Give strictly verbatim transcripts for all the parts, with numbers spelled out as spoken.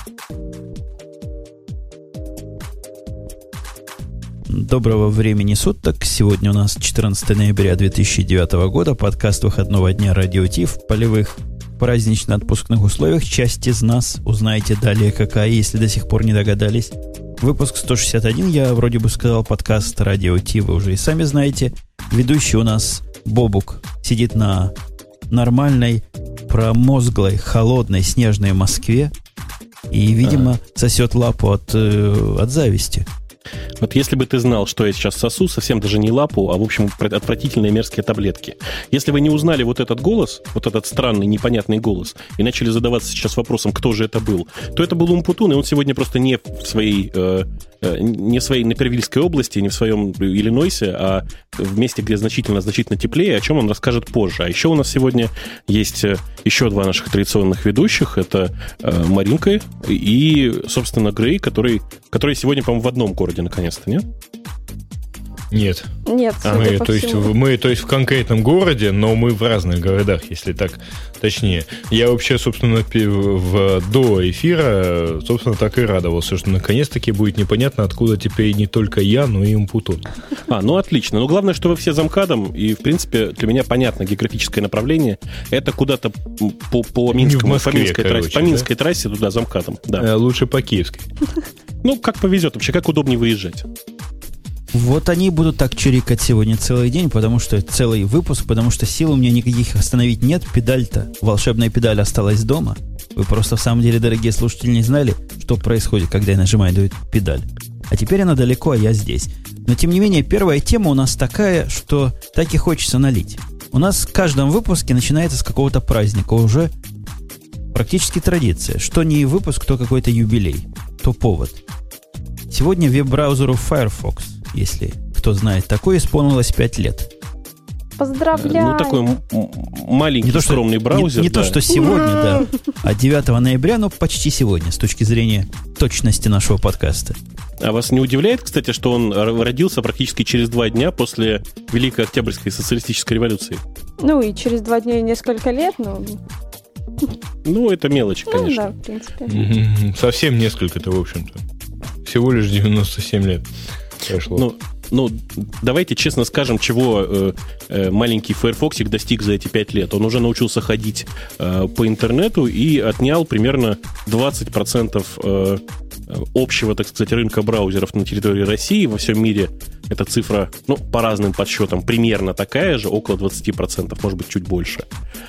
Доброго времени суток. Сегодня у нас четырнадцатое ноября две тысячи девятого года. Подкаст выходного дня Радио Ти в полевых празднично-отпускных условиях. Часть из нас узнаете далее, какая, если до сих пор не догадались. Выпуск сто шестьдесят один, я вроде бы сказал, подкаст Радио Ти, вы уже и сами знаете. Ведущий у нас Бобук сидит на нормальной, промозглой, холодной, снежной Москве и, видимо, ага. сосет лапу от, э, от зависти. Вот если бы ты знал, что я сейчас сосу, совсем даже не лапу, а, в общем, отвратительные мерзкие таблетки. Если вы не узнали вот этот голос, вот этот странный, непонятный голос, и начали задаваться сейчас вопросом, кто же это был, то это был Умпутун, и он сегодня просто не в своей, э, не в своей Напервильской области, не в своем Иллинойсе, а в месте, где значительно-значительно теплее, о чем он расскажет позже. А еще у нас сегодня есть еще два наших традиционных ведущих. Это э, Маринка и, собственно, Грей, который, который сегодня, по-моему, в одном городе наконец-то, нет? Нет. Нет, а, мы, то есть, мы, то есть в конкретном городе, но мы в разных городах, если так точнее. Я вообще, собственно, в, до эфира, собственно, так и радовался, что наконец-таки будет непонятно, откуда теперь не только я, но и Умпутун. А, ну отлично. Но главное, что вы все замкадом, и, в принципе, для меня понятно географическое направление. Это куда-то по, по, Минскому, Москве, по Минской короче, трассе, по Минской да? трассе туда замкадом. Да. Лучше по Киевской. Ну, как повезет, вообще, как удобнее выезжать. Вот они будут так чирикать сегодня целый день, потому что это целый выпуск, потому что сил у меня никаких остановить нет. Педаль-то, волшебная педаль осталась дома. Вы просто в самом деле, дорогие слушатели, не знали, что происходит, когда я нажимаю эту педаль. А теперь она далеко, а я здесь. Но, тем не менее, первая тема у нас такая, что так и хочется налить. У нас в каждом выпуске начинается с какого-то праздника. Уже практически традиция. Что не выпуск, то какой-то юбилей, то повод. Сегодня веб-браузеру Firefox, если кто знает, такой исполнилось пять лет. Поздравляю! Ну, такой маленький, не скромный то, что, браузер. Не, не да. то, что сегодня, да, а девятого ноября, но почти сегодня, с точки зрения точности нашего подкаста. А вас не удивляет, кстати, что он родился практически через два дня после Великой Октябрьской социалистической революции? Ну, и через два дня и несколько лет, но... Ну, это мелочи, конечно. Ну, да, в принципе. Совсем несколько-то, в общем-то. Всего лишь девяносто семь лет прошло. Ну, ну, давайте честно скажем, чего э, э, маленький Firefoxик достиг за эти пять лет. Он уже научился ходить э, по интернету и отнял примерно двадцать процентов э, общего, так сказать, рынка браузеров на территории России. Во всем мире эта цифра, ну, по разным подсчетам, примерно такая же, около двадцать процентов, может быть, чуть больше.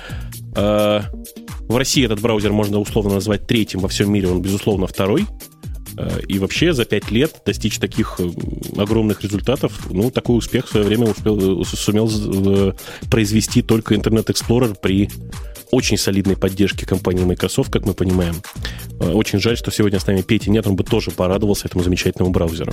Э, в России этот браузер можно условно назвать третьим, во всем мире он, безусловно, второй. И вообще за пять лет достичь таких огромных результатов, ну, такой успех в свое время успел, сумел произвести только Internet Explorer при очень солидной поддержке компании Microsoft, как мы понимаем. Очень жаль, что сегодня с нами Пети нет, он бы тоже порадовался этому замечательному браузеру.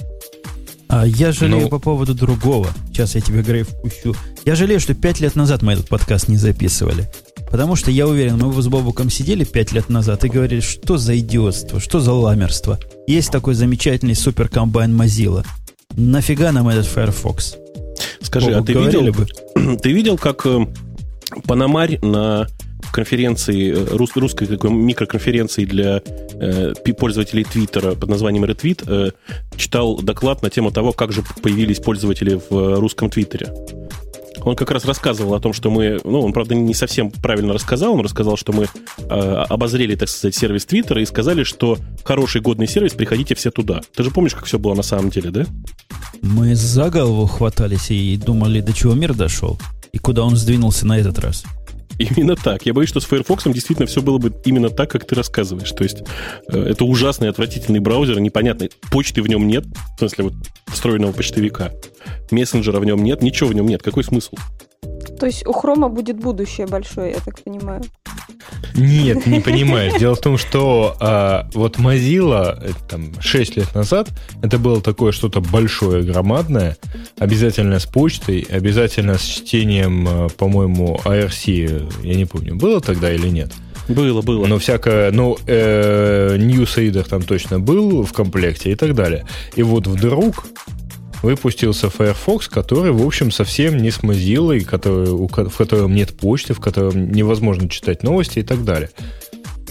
А я жалею ну... по поводу другого. Сейчас я тебе, Грей, впущу. Я жалею, что пять лет назад мы этот подкаст не записывали. Потому что, я уверен, мы с Бобуком сидели пять лет назад и говорили, что за идиотство, что за ламерство. Есть такой замечательный суперкомбайн Mozilla. Нафига нам этот Firefox? Скажи, Бобук, а ты видел, бы? ты видел, как э, Пономарь на конференции, рус, русской такой микроконференции для э, пользователей Твиттера под названием Retweet э, читал доклад на тему того, как же появились пользователи в русском Твиттере? Он как раз рассказывал о том, что мы... Ну, он, правда, не совсем правильно рассказал. Он рассказал, что мы э, обозрели, так сказать, сервис Твиттера и сказали, что хороший, годный сервис, приходите все туда. Ты же помнишь, как все было на самом деле, да? Мы за голову хватались и думали, до чего мир дошел. И куда он сдвинулся на этот раз. Именно так. Я боюсь, что с Firefox действительно все было бы именно так, как ты рассказываешь. То есть э, это ужасный, отвратительный браузер, непонятный. Почты в нем нет, в смысле вот встроенного почтовика. Мессенджера в нем нет, ничего в нем нет. Какой смысл? То есть у Хрома будет будущее большое, я так понимаю. Нет, не понимаешь. Дело в том, что а, вот Mozilla там, шесть лет назад это было такое что-то большое, громадное, обязательно с почтой, обязательно с чтением, по-моему, эй ар си, я не помню, было тогда или нет? Было, было. Но всякое, ну, э, Newsreader там точно был в комплекте и так далее. И вот вдруг выпустился Firefox, который, в общем, совсем не с Mozilla, который, в котором нет почты, в котором невозможно читать новости и так далее.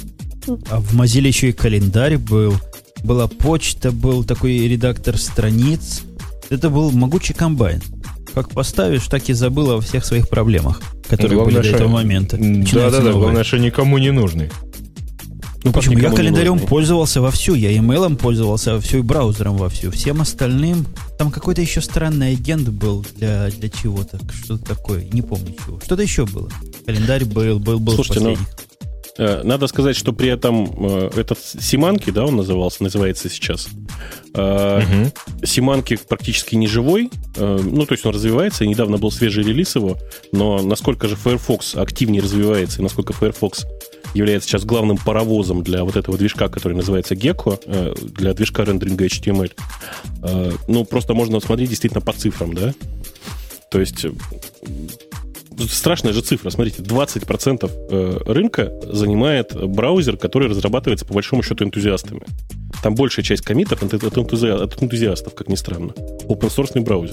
А в Mozilla еще и календарь был, была почта, был такой редактор страниц. Это был могучий комбайн. Как поставишь, так и забыл о всех своих проблемах, которые главное, были до этого момента. Да-да-да, главное, что никому не нужны. Ну почему? Я календарем пользовался вовсю, я имейлом пользовался вовсю и браузером вовсю. Всем остальным... Там какой-то еще странный агент был для, для чего-то. Что-то такое, не помню чего. Что-то еще было. Календарь был, был, был. Слушайте, ну, э, надо сказать, что при этом э, этот Симанки, да, он назывался, называется сейчас. Э, угу. Симанки практически не живой. Э, ну, то есть он развивается, и недавно был свежий релиз его. Но насколько же Firefox активнее развивается, и насколько Firefox является сейчас главным паровозом для вот этого движка, который называется Gecko, э, для движка рендеринга эйч ти эм эль. Э, ну, просто можно смотреть действительно по цифрам, да? То есть страшная же цифра. Смотрите, двадцать процентов рынка занимает браузер, который разрабатывается, по большому счету, энтузиастами. Там большая часть коммитов от энтузиастов, как ни странно. Open-source браузер.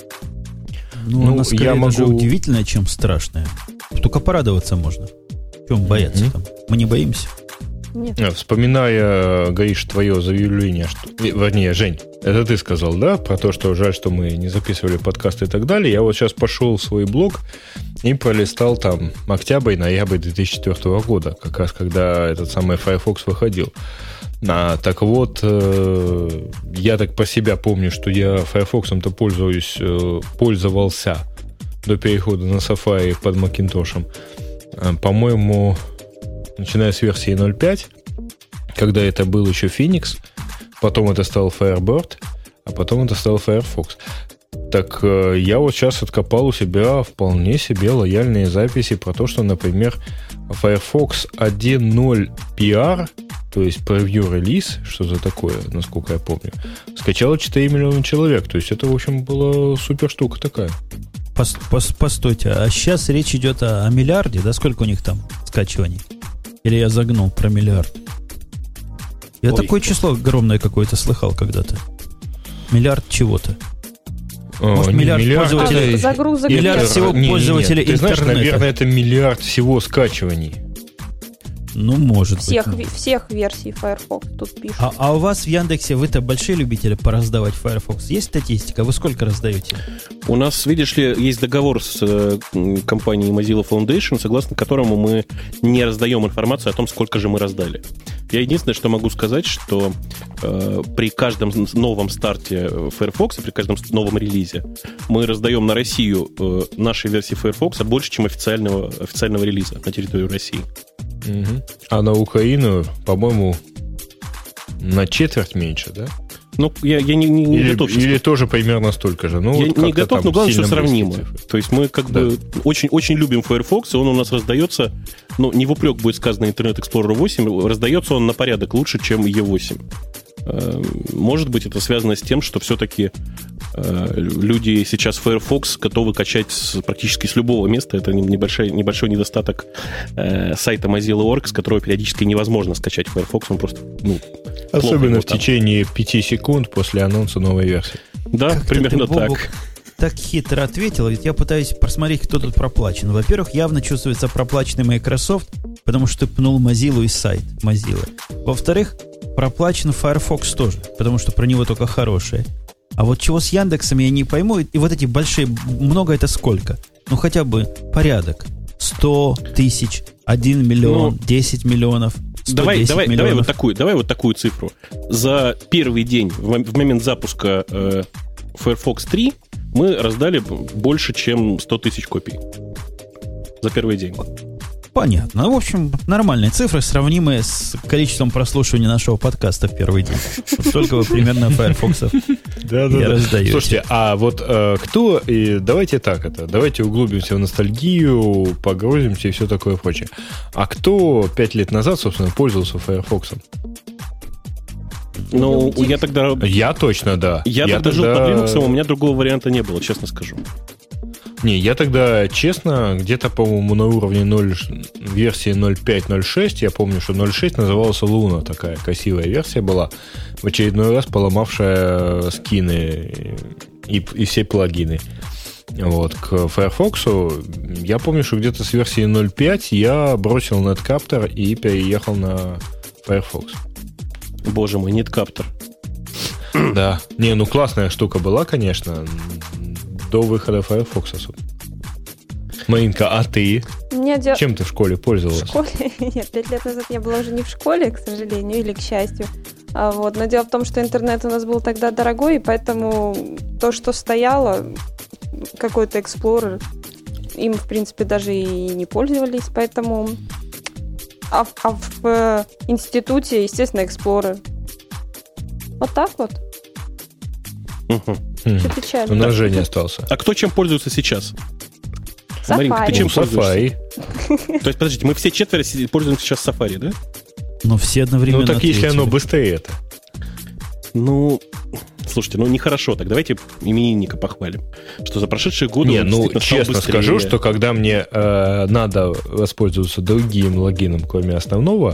Ну, ну она скорее я могу... даже удивительная, чем страшная. Только порадоваться можно. Чем бояться mm-hmm. там? Мы не боимся. Нет. Вспоминая, Гаиш, твое заявление, что... Вернее, Жень, это ты сказал, да? Про то, что жаль, что мы не записывали подкасты и так далее. Я вот сейчас пошел в свой блог и пролистал там октябрь, ноябрь две тысячи четвёртого года, как раз когда этот самый Firefox выходил. А, так вот, э, я так по себя помню, что я Firefox-то пользуюсь, э, пользовался до перехода на Safari под Макинтошем. Э, по-моему... Начиная с версии ноль пять, когда это был еще Phoenix, потом это стал Firebird, а потом это стал Firefox. Так э, я вот сейчас откопал у себя вполне себе лояльные записи про то, что, например, Firefox один ноль пи ар, то есть preview релиз, что за такое, насколько я помню, скачало четыре миллиона человек. То есть это, в общем, была супер штука такая. Пос, пос, постойте, а сейчас речь идет о, о миллиарде, да? Сколько у них там скачиваний? Или я загнул про миллиард? Я Ой. такое число огромное какое-то слыхал когда-то. Миллиард чего-то. О, Может, не, миллиард, миллиард пользователей... Загрузок миллиард всего не, пользователей не, не. Ты интернета. Знаешь, наверное, это миллиард всего скачиваний. Ну, может всех, быть. Всех версий Firefox тут пишут. А, а у вас в Яндексе, вы-то большие любители пораздавать Firefox? Есть статистика? Вы сколько раздаете? У нас, видишь ли, есть договор с э, компанией Mozilla Foundation, согласно которому мы не раздаем информацию о том, сколько же мы раздали. Я единственное, что могу сказать, что э, при каждом новом старте Firefox, при каждом новом релизе, мы раздаем на Россию э, нашей версии Firefox больше, чем официального, официального релиза на территорию России. Угу. А на Украину, по-моему, на четверть меньше, да? Ну, я, я не, не, не или, готов. Или тоже примерно столько же. Ну, я вот не готов, но главное, что сравнимо. Цифры. То есть мы как да. бы очень, очень любим Firefox, и он у нас раздается, ну, не в упрек будет сказано Internet Explorer восемь, раздается он на порядок лучше, чем и восемь. Может быть, это связано с тем, что все-таки люди сейчас Firefox готовы качать с, практически с любого места. Это небольшой, небольшой недостаток сайта Mozilla точка орг, с которого периодически невозможно скачать Firefox. Он просто, ну, особенно в течение пяти секунд после анонса новой версии. Да, как примерно ты, Бобук, так. Так хитро ответил, ведь я пытаюсь просмотреть, кто тут проплачен. Во-первых, явно чувствуется проплаченный Microsoft, потому что пнул Mozilla и сайт Mozilla. Во-вторых, проплачен Firefox тоже, потому что про него только хорошее. А вот чего с Яндексом я не пойму. И вот эти большие, много это сколько? Ну, хотя бы порядок. сто тысяч, один миллион, ну, десять миллионов, давай, давай, миллионов. Давай вот такую, давай вот такую цифру. За первый день, в, в момент запуска э, Firefox три, мы раздали больше, чем сто тысяч копий. За первый день. Понятно. В общем, нормальные цифры, сравнимые с количеством прослушивания нашего подкаста в первый день. Вот столько вы примерно Firefox'ов и раздаете. Слушайте, а вот э, кто... И давайте так это, давайте углубимся в ностальгию, погрузимся и все такое прочее. А кто пять лет назад, собственно, пользовался Firefox'ом? Ну, я тогда... Я точно, да. Я, я тогда, тогда жил под Linux, у меня другого варианта не было, честно скажу. Не, я тогда, честно, где-то, по-моему, на уровне ноль, версии ноль пять ноль шесть, я помню, что ноль шесть называлась Луна, такая красивая версия была, в очередной раз поломавшая скины и, и все плагины. Вот, к Firefox я помню, что где-то с версии ноль пять я бросил Netcaptor и переехал на Firefox. Боже мой, Netcaptor. Да. Не, ну классная штука была, конечно, до выхода Firefox. Маринка, а ты? Дел... Чем ты в школе пользовалась? В школе? Нет, пять лет назад я была уже не в школе, к сожалению, или к счастью. А вот. Но дело в том, что интернет у нас был тогда дорогой, и поэтому то, что стояло, какой-то Explorer, им, в принципе, даже и не пользовались, поэтому... А, в, а в э, институте, естественно, Explorer. Вот так вот. Угу. Что печально. У нас Женя остался. А кто чем пользуется сейчас? Safari. Маринка, ты чем Safari. То есть, подождите, мы все четверо пользуемся сейчас Safari, да? Но все одновременно Ну, так ответили. если оно быстрее это. Ну, слушайте, ну нехорошо. Так давайте именинника похвалим. Что за прошедшие годы Не, он ну, действительно стал честно быстрее. скажу, что когда мне э, надо воспользоваться другим логином, кроме основного,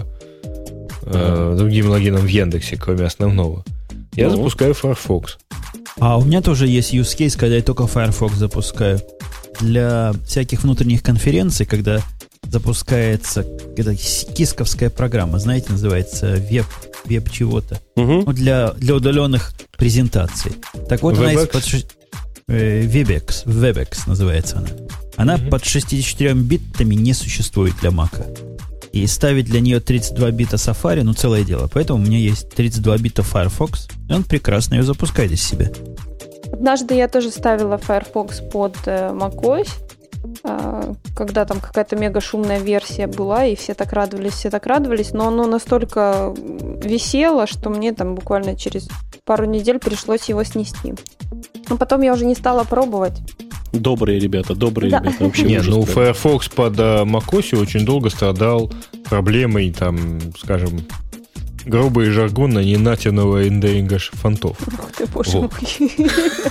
э, другим логином в Яндексе, кроме основного, я Ну. запускаю Firefox. А у меня тоже есть use case, когда я только Firefox запускаю. Для всяких внутренних конференций, когда запускается это кисковская программа, знаете, называется веб, веб чего-то. Угу. Ну, для, для удаленных презентаций. Так вот, она WebEx? есть под ши- э, WebEx, WebEx называется она. Она Мгм. под шестьдесят четырьмя битами не существует для Mac. И ставить для нее тридцать два бита Safari, ну, целое дело. Поэтому у меня есть тридцать два бита Firefox, и он прекрасно ее запускает из себя. Однажды я тоже ставила Firefox под э, macOS, э, когда там какая-то мега шумная версия была, и все так радовались, все так радовались, но оно настолько висело, что мне там буквально через пару недель пришлось его снести. Но потом я уже не стала пробовать. Добрые ребята, добрые Да. ребята. Вообще Не, ужас ну прям. Firefox под э, macOS очень долго страдал проблемой, там, скажем, грубо и жаргонно ненативного рендеринга фонтов. Ух ты, боже Вот. мой.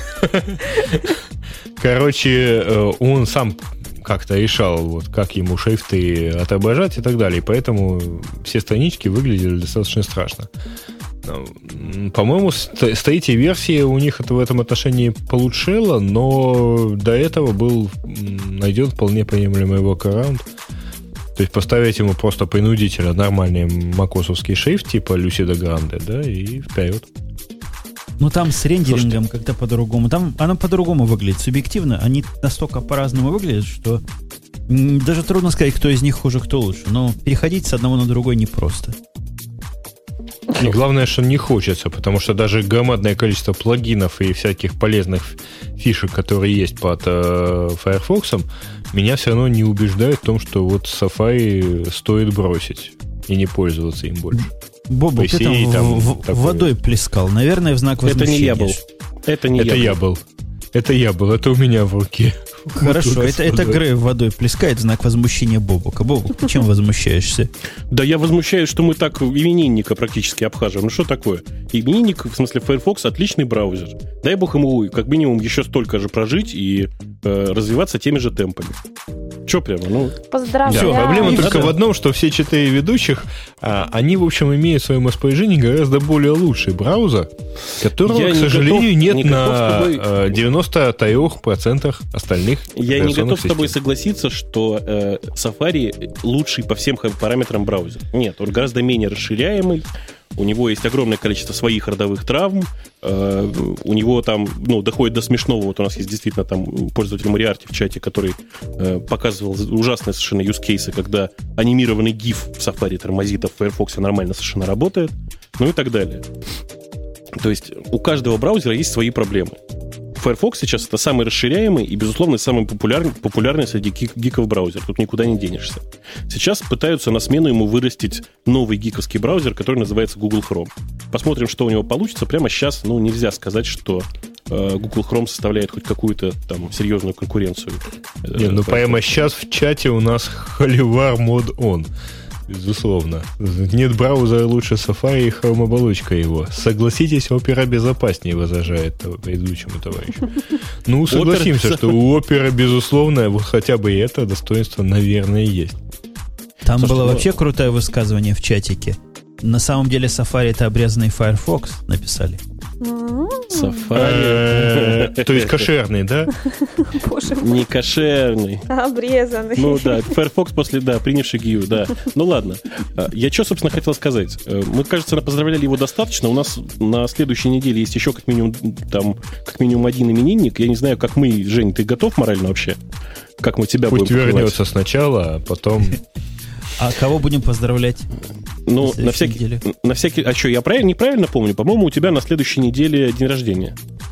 Короче, э, он сам как-то решал, вот, как ему шрифты отображать и так далее. И поэтому все странички выглядели достаточно страшно. М, По-моему, с т- с третьей версии у них это в этом отношении получило, но до этого был м, найден вполне приемлемый workaround. То есть поставить ему просто принудительно нормальный макосовский шрифт типа Lucida Grande, да, и вперед. Ну, там с рендерингом как-то по-другому. Там оно по-другому выглядит. Субъективно они настолько по-разному выглядят, что м, даже трудно сказать, кто из них хуже, кто лучше. Но переходить с одного на другой непросто. И главное, что не хочется, потому что даже громадное количество плагинов и всяких полезных фишек, которые есть под э, Firefox, меня все равно не убеждают в том, что вот Safari стоит бросить и не пользоваться им больше. Бобок, ты там, Посеять в- там в- такое. водой плескал. Наверное, в знак Это возмущения. не я был. Это не Это я я был. был. Это я был, это у меня в руке. Хорошо, Бутылка это, с это водой. Грей водой плескает в знак возмущения Бобука. Бобук, ты чем возмущаешься? Да я возмущаюсь, что мы так именинника практически обхаживаем. Ну что такое? Именинник, в смысле Firefox, отличный браузер. Дай бог ему как минимум еще столько же прожить и э, развиваться теми же темпами. Че прямо? Ну, Поздравляю. Все, проблема И только всё. в одном, что все четыре ведущих, а, они, в общем, имеют в своем распоряжении гораздо более лучший браузер, которого, Я к не сожалению, готов- нет не готов с на тобой- э, девяносто три процента остальных я не операционных готов с тобой систем. согласиться, что э, Safari лучший по всем х- параметрам браузер. Нет, он гораздо менее расширяемый. У него есть огромное количество своих родовых травм. Э, у него там, ну, доходит до смешного. Вот у нас есть действительно там пользователь Мариарти в чате, который э, показывал ужасные совершенно юзкейсы, когда анимированный гиф в Safari тормозит, а в Firefox нормально совершенно работает. Ну и так далее. То есть у каждого браузера есть свои проблемы. Firefox сейчас это самый расширяемый и, безусловно, самый популярный, популярный среди гик- гиков браузер. Тут никуда не денешься. Сейчас пытаются на смену ему вырастить новый гиковский браузер, который называется Google Chrome. Посмотрим, что у него получится. Прямо сейчас, ну, нельзя сказать, что э, Google Chrome составляет хоть какую-то там серьезную конкуренцию. э, Не, ну Firefox. прямо сейчас в чате у нас холивар мод он. Безусловно. Нет браузера лучше Safari и Chrome оболочка его. Согласитесь, Opera безопаснее, возражает предыдущему товарищу. Ну, согласимся, что у Opera, безусловно, вот хотя бы это достоинство, наверное, есть. Там Слушайте, было ну- вообще крутое высказывание в чатике. На самом деле Safari это обрезанный Firefox, написали. Сафари. То есть кошерный, да? Боже мой. Не кошерный. Обрезанный. Ну да, Firefox после, да, принявший Гию, да. Ну ладно. Я что, собственно, хотел сказать? Мы, кажется, поздравляли его достаточно. У нас на следующей неделе есть еще как минимум там, как минимум один именинник. Я не знаю, как мы, Жень, ты готов морально вообще? Как мы тебя Пусть будем вернется покрывать? сначала, а потом... А кого будем поздравлять? Ну, на на всякий, неделе? на всякий... А что, я правильно, неправильно помню? По-моему, у тебя на следующей неделе день рождения.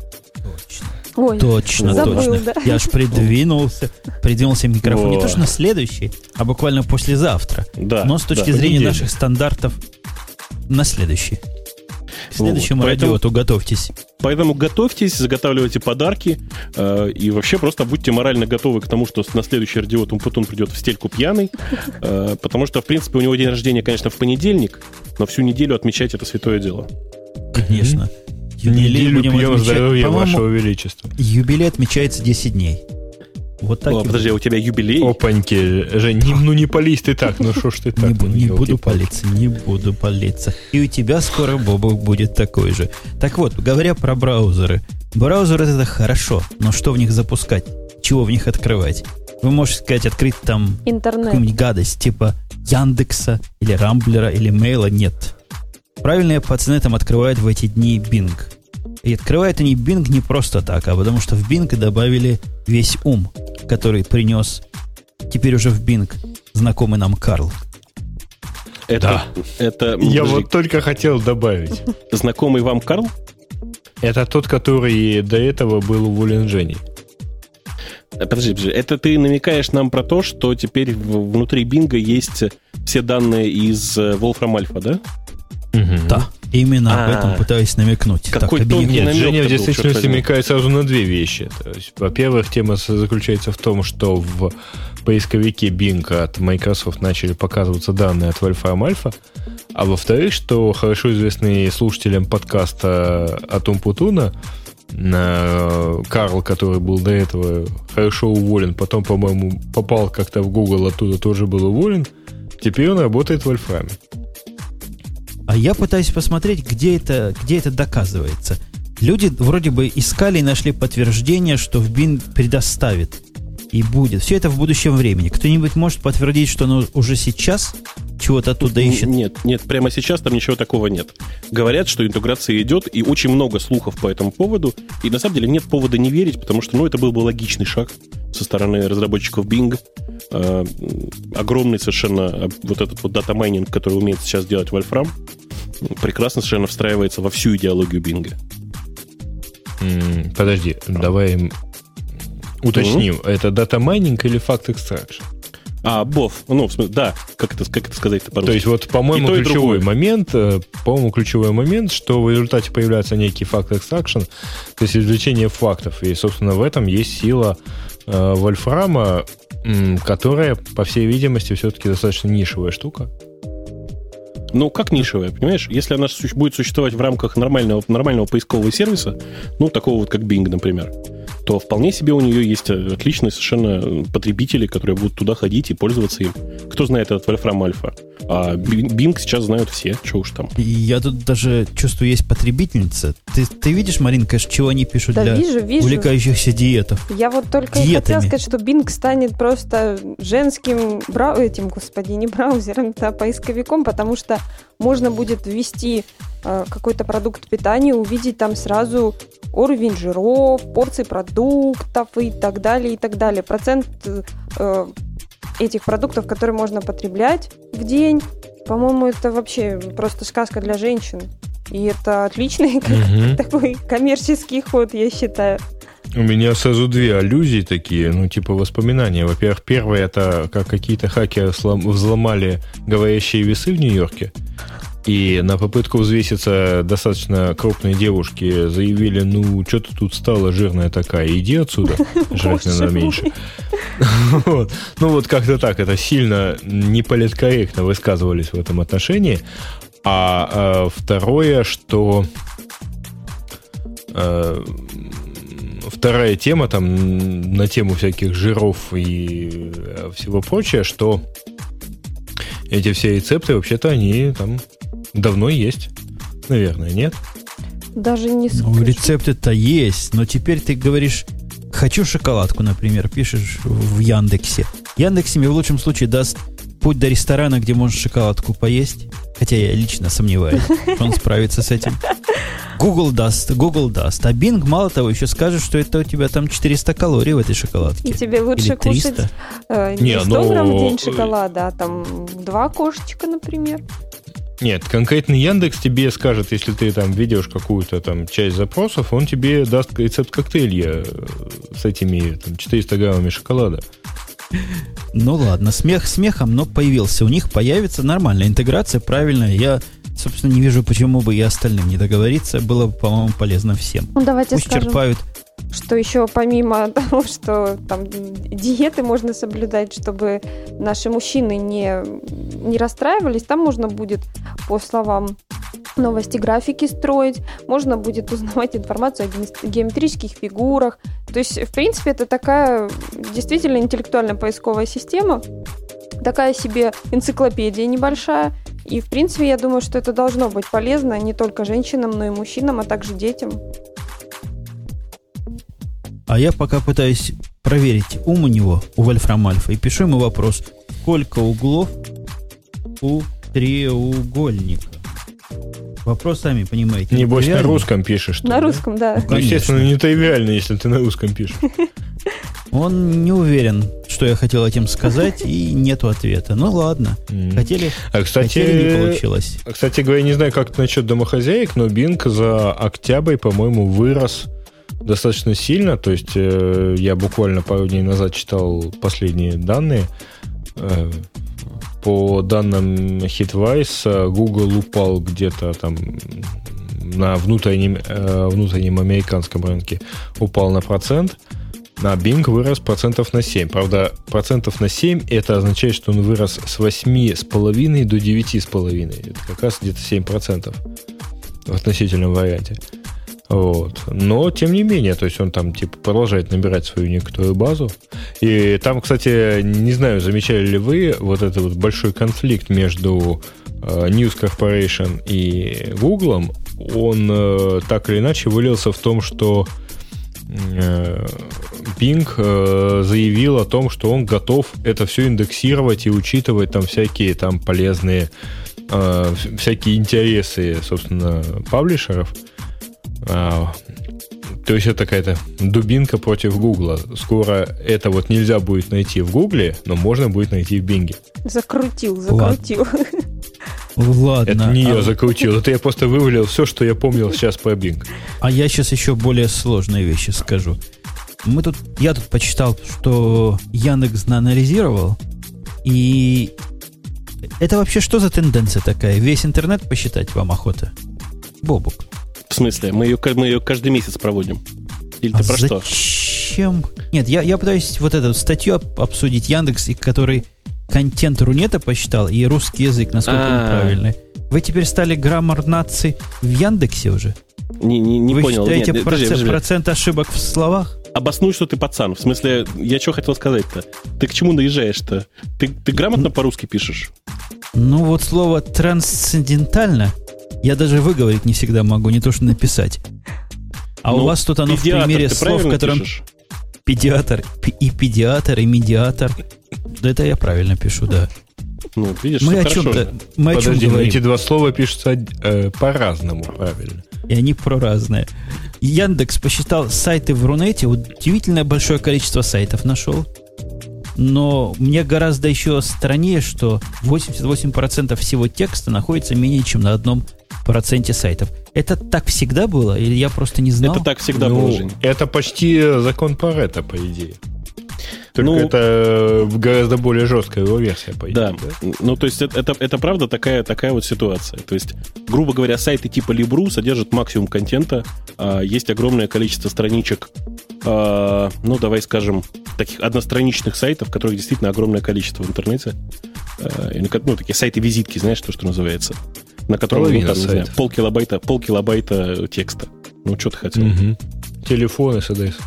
Ой, Точно, забыл, точно. да. Я аж придвинулся, придвинулся микрофон. Не Во. то, что на следующий, а буквально послезавтра. Да, Но с точки да. зрения Неделю. наших стандартов на следующий. К следующему Вот, поэтому- радиоту готовьтесь. Поэтому готовьтесь, заготавливайте подарки э, и вообще просто будьте морально готовы к тому, что на следующий радиот Умпутун придет в стельку пьяный, э, потому что, в принципе, у него день рождения, конечно, в понедельник, но всю неделю отмечать это святое дело. Конечно. Юбилей Неделю будем пьем отмечать. здоровья По-моему, вашего величества. юбилей отмечается десять дней. Вот так О, и подожди, а у тебя юбилей? Опаньки, Жень, не- ну не пались ты так, ну что ж ты так? Не, бу- ну, не буду елки-палки. палиться, не буду палиться. И у тебя скоро, Бобок, будет такой же. Так вот, говоря про браузеры. Браузеры это хорошо, но что в них запускать? Чего в них открывать? Вы можете сказать, открыть там Интернет. какую-нибудь гадость, типа Яндекса, или Рамблера, или Мейла. Нет. Правильные пацаны там открывают в эти дни Bing. И открывают они Bing не просто так, а потому что в Bing добавили весь ум, который принес теперь уже в Bing знакомый нам Карл. Это, это Я подожди, вот только хотел добавить. знакомый вам Карл? Это тот, который до этого был уволен Женей. Э, Подожди, подожди, это ты намекаешь нам про то, что теперь в- внутри Бинга есть все данные из э, Wolfram Alpha, да? Да, именно об А, этом пытаюсь намекнуть. какой так, тонкий объясни. Нет, намек Женя в был, действительности черт возьми. намекает сразу на две вещи. То есть, во-первых, тема с- заключается в том, что в поисковике Bing от Microsoft начали показываться данные от Wolfram Alpha, а во-вторых, что хорошо известный слушателям подкаста от Умпутуна э, Карл, который был до этого хорошо уволен, потом, по-моему, попал как-то в Google, оттуда тоже был уволен, теперь он работает в Wolfram. А я пытаюсь посмотреть, где это, где это доказывается. Люди вроде бы искали и нашли подтверждение, что в Bing предоставит и будет. Все это в будущем времени. Кто-нибудь может подтвердить, что оно уже сейчас чего-то оттуда ищет? Нет, нет, прямо сейчас там ничего такого нет. Говорят, что интеграция идет, и очень много слухов по этому поводу. И на самом деле нет повода не верить, потому что, ну, это был бы логичный шаг со стороны разработчиков Bing. Э, огромный совершенно э, вот этот вот дата-майнинг, который умеет сейчас делать Wolfram, прекрасно совершенно встраивается во всю идеологию Bing. М, Подожди, давай м, уточним. Это дата-майнинг или факт-экстракшн? А, Бов, ну, в смысле, да, как это, как это сказать-то по-русски? То есть, вот, по-моему, И то, и ключевой другое. момент, э, по-моему, ключевой момент, что в результате появляется некий факт экстракшн, то есть извлечение фактов. И, собственно, в этом есть сила э, Вольфрама, м, которая, по всей видимости, все-таки достаточно нишевая штука. Ну, как нишевая, понимаешь? Если она су- будет существовать в рамках нормального, нормального поискового сервиса, ну, такого вот, как Bing, например, то вполне себе у нее есть отличные совершенно потребители, которые будут туда ходить и пользоваться им. Кто знает этот Wolfram Alpha? А Bing сейчас знают все, что уж там. И я тут даже чувствую, есть потребительница. Ты, ты видишь, Маринка, чего они пишут Да, для вижу, вижу. увлекающихся диетов? Я вот только и Диетами. хотела сказать, что Bing станет просто женским брау... этим, господи, не браузером, а поисковиком, потому что можно будет ввести э, какой-то продукт питания, увидеть там сразу уровень жиров, порции продуктов и так далее, и так далее. Процент э, этих продуктов, которые можно потреблять в день, по-моему, это вообще просто сказка для женщин. И это отличный Мгм. такой коммерческий ход, я считаю. У меня сразу две аллюзии такие, ну, типа воспоминания. Во-первых, первое, это как какие-то хакеры слом- взломали говорящие весы в Нью-Йорке, и на попытку взвеситься достаточно крупные девушки заявили, ну, что-то тут стала жирная такая, иди отсюда, жрать надо Боже мой. меньше. Вот. Ну, вот как-то так, это сильно неполиткорректно высказывались в этом отношении. А, а второе, что... э, Вторая тема там на тему всяких жиров и э, всего прочего, что эти все рецепты, вообще-то, они там давно есть. Наверное, нет? Даже не скажу. Ну, рецепты-то есть, но теперь ты говоришь, хочу шоколадку, например, пишешь в Яндексе. Яндекс мне в лучшем случае даст путь до ресторана, где можно шоколадку поесть. Хотя я лично сомневаюсь, что он справится с этим. Google даст, Google даст. А Bing, мало того, еще скажет, что это у тебя там четыреста калорий в этой шоколадке. И тебе лучше Или триста. кушать э, не, Не, сто ну, грамм в день шоколада, а там два кошечка, например. Нет, конкретный Яндекс тебе скажет, если ты там ведешь какую-то там часть запросов, он тебе даст рецепт коктейля с этими там, четыреста граммами шоколада. Ну ладно, смех смехом, но появился. У них появится нормальная интеграция, правильная. Я, собственно, не вижу, почему бы и остальным не договориться. Было бы, по-моему, полезно всем. Ну, давайте Пусть скажем, черпают. что еще помимо того, что там диеты можно соблюдать, чтобы наши мужчины не, не расстраивались, там можно будет, по словам новости, графики строить, можно будет узнавать информацию о геометрических фигурах. То есть, в принципе, это такая действительно интеллектуальная поисковая система, такая себе энциклопедия небольшая. И, в принципе, я думаю, что это должно быть полезно не только женщинам, но и мужчинам, а также детям. А я пока пытаюсь проверить ум у него, у Вольфрам Альфа, и пишу ему вопрос, сколько углов у треугольника? Вопрос, сами понимаете. Небось, тривиальный? на русском пишешь. На русском, да. Ну, естественно, не тривиально, если ты на русском пишешь. Он не уверен, что я хотел этим сказать, и нету ответа. Ну ладно. Mm. Хотели, а, кстати, хотели, не получилось. Кстати говоря, не знаю, как насчет домохозяек, но Bing за октябрь, по-моему, вырос достаточно сильно. То есть э, я буквально пару дней назад читал последние данные. Э, по данным Hitwise, Google упал где-то там на внутреннем, э, внутреннем американском рынке, упал на процент. На Bing вырос процентов на семь. Правда, процентов на семь это означает, что он вырос с восемь целых пять десятых до девять целых пять десятых. Это как раз где-то семь процентов в относительном варианте. Вот. Но, тем не менее, то есть он там типа продолжает набирать свою некоторую базу. И там, кстати, не знаю, замечали ли вы вот этот вот большой конфликт между э, News Corporation и Google. Он э, так или иначе вылился в том, что э, Bing э, заявил о том, что он готов это все индексировать и учитывать там всякие там полезные э, всякие интересы, собственно, паблишеров. А, то есть это какая-то дубинка против Гугла. Скоро это вот нельзя будет найти в Гугле, но можно будет найти в Бинге. Закрутил, закрутил. Ладно. Это не а... я закрутил, это я просто вывалил все, что я помнил сейчас про Bing. А я сейчас еще более сложные вещи скажу. Мы тут, я тут почитал, что Яндекс анализировал, и это вообще что за тенденция такая? Весь интернет посчитать вам охота? Бобук. В смысле? Мы ее, мы ее каждый месяц проводим. Или а ты про что? Зачем? Нет, я, я пытаюсь вот эту статью обсудить Яндекс, который контент Рунета посчитал, и русский язык, насколько он А-а-а. правильный. Вы теперь стали граммар нации в Яндексе уже? Не, не, не Вы понял. считаете Нет, процент, подожди, подожди. процент ошибок в словах? Обоснуй, что ты пацан. В смысле, я что хотел сказать-то? Ты к чему наезжаешь-то? Ты, ты грамотно по-русски пишешь? Ну вот слово трансцендентально я даже выговорить не всегда могу, не то что написать. А Ну, у вас тут оно в педиатр, примере ты слов, в правильно котором пишешь? педиатр, пи- и педиатр, и медиатор. Да это я правильно пишу, да. Ну, видишь, Мы всё о хорошо чем-то, же. мы о чем Подожди, но говорим? эти два слова пишутся э, по-разному, правильно. И они про разные. Яндекс посчитал сайты в Рунете, удивительное большое количество сайтов нашел. Но мне гораздо еще страннее, что восемьдесят восемь процентов всего текста находится менее чем на одном проценте сайтов. Это так всегда было? Или я просто не знал? Это так всегда Ну, было, Жень. это почти закон Парето, по идее. Только Ну, это гораздо более жесткая его версия, по идее. Да. Ну, то есть это, это, это правда такая, такая вот ситуация. То есть, грубо говоря, сайты типа Librу содержат максимум контента. А, есть огромное количество страничек, а, ну, давай скажем, таких одностраничных сайтов, которых действительно огромное количество в интернете. А, ну, такие сайты-визитки, знаешь, то, что называется. На котором, ну, там, не знаю, полкилобайта, полкилобайта текста. Ну, что ты хотел? Угу. Телефоны, эс ди эс.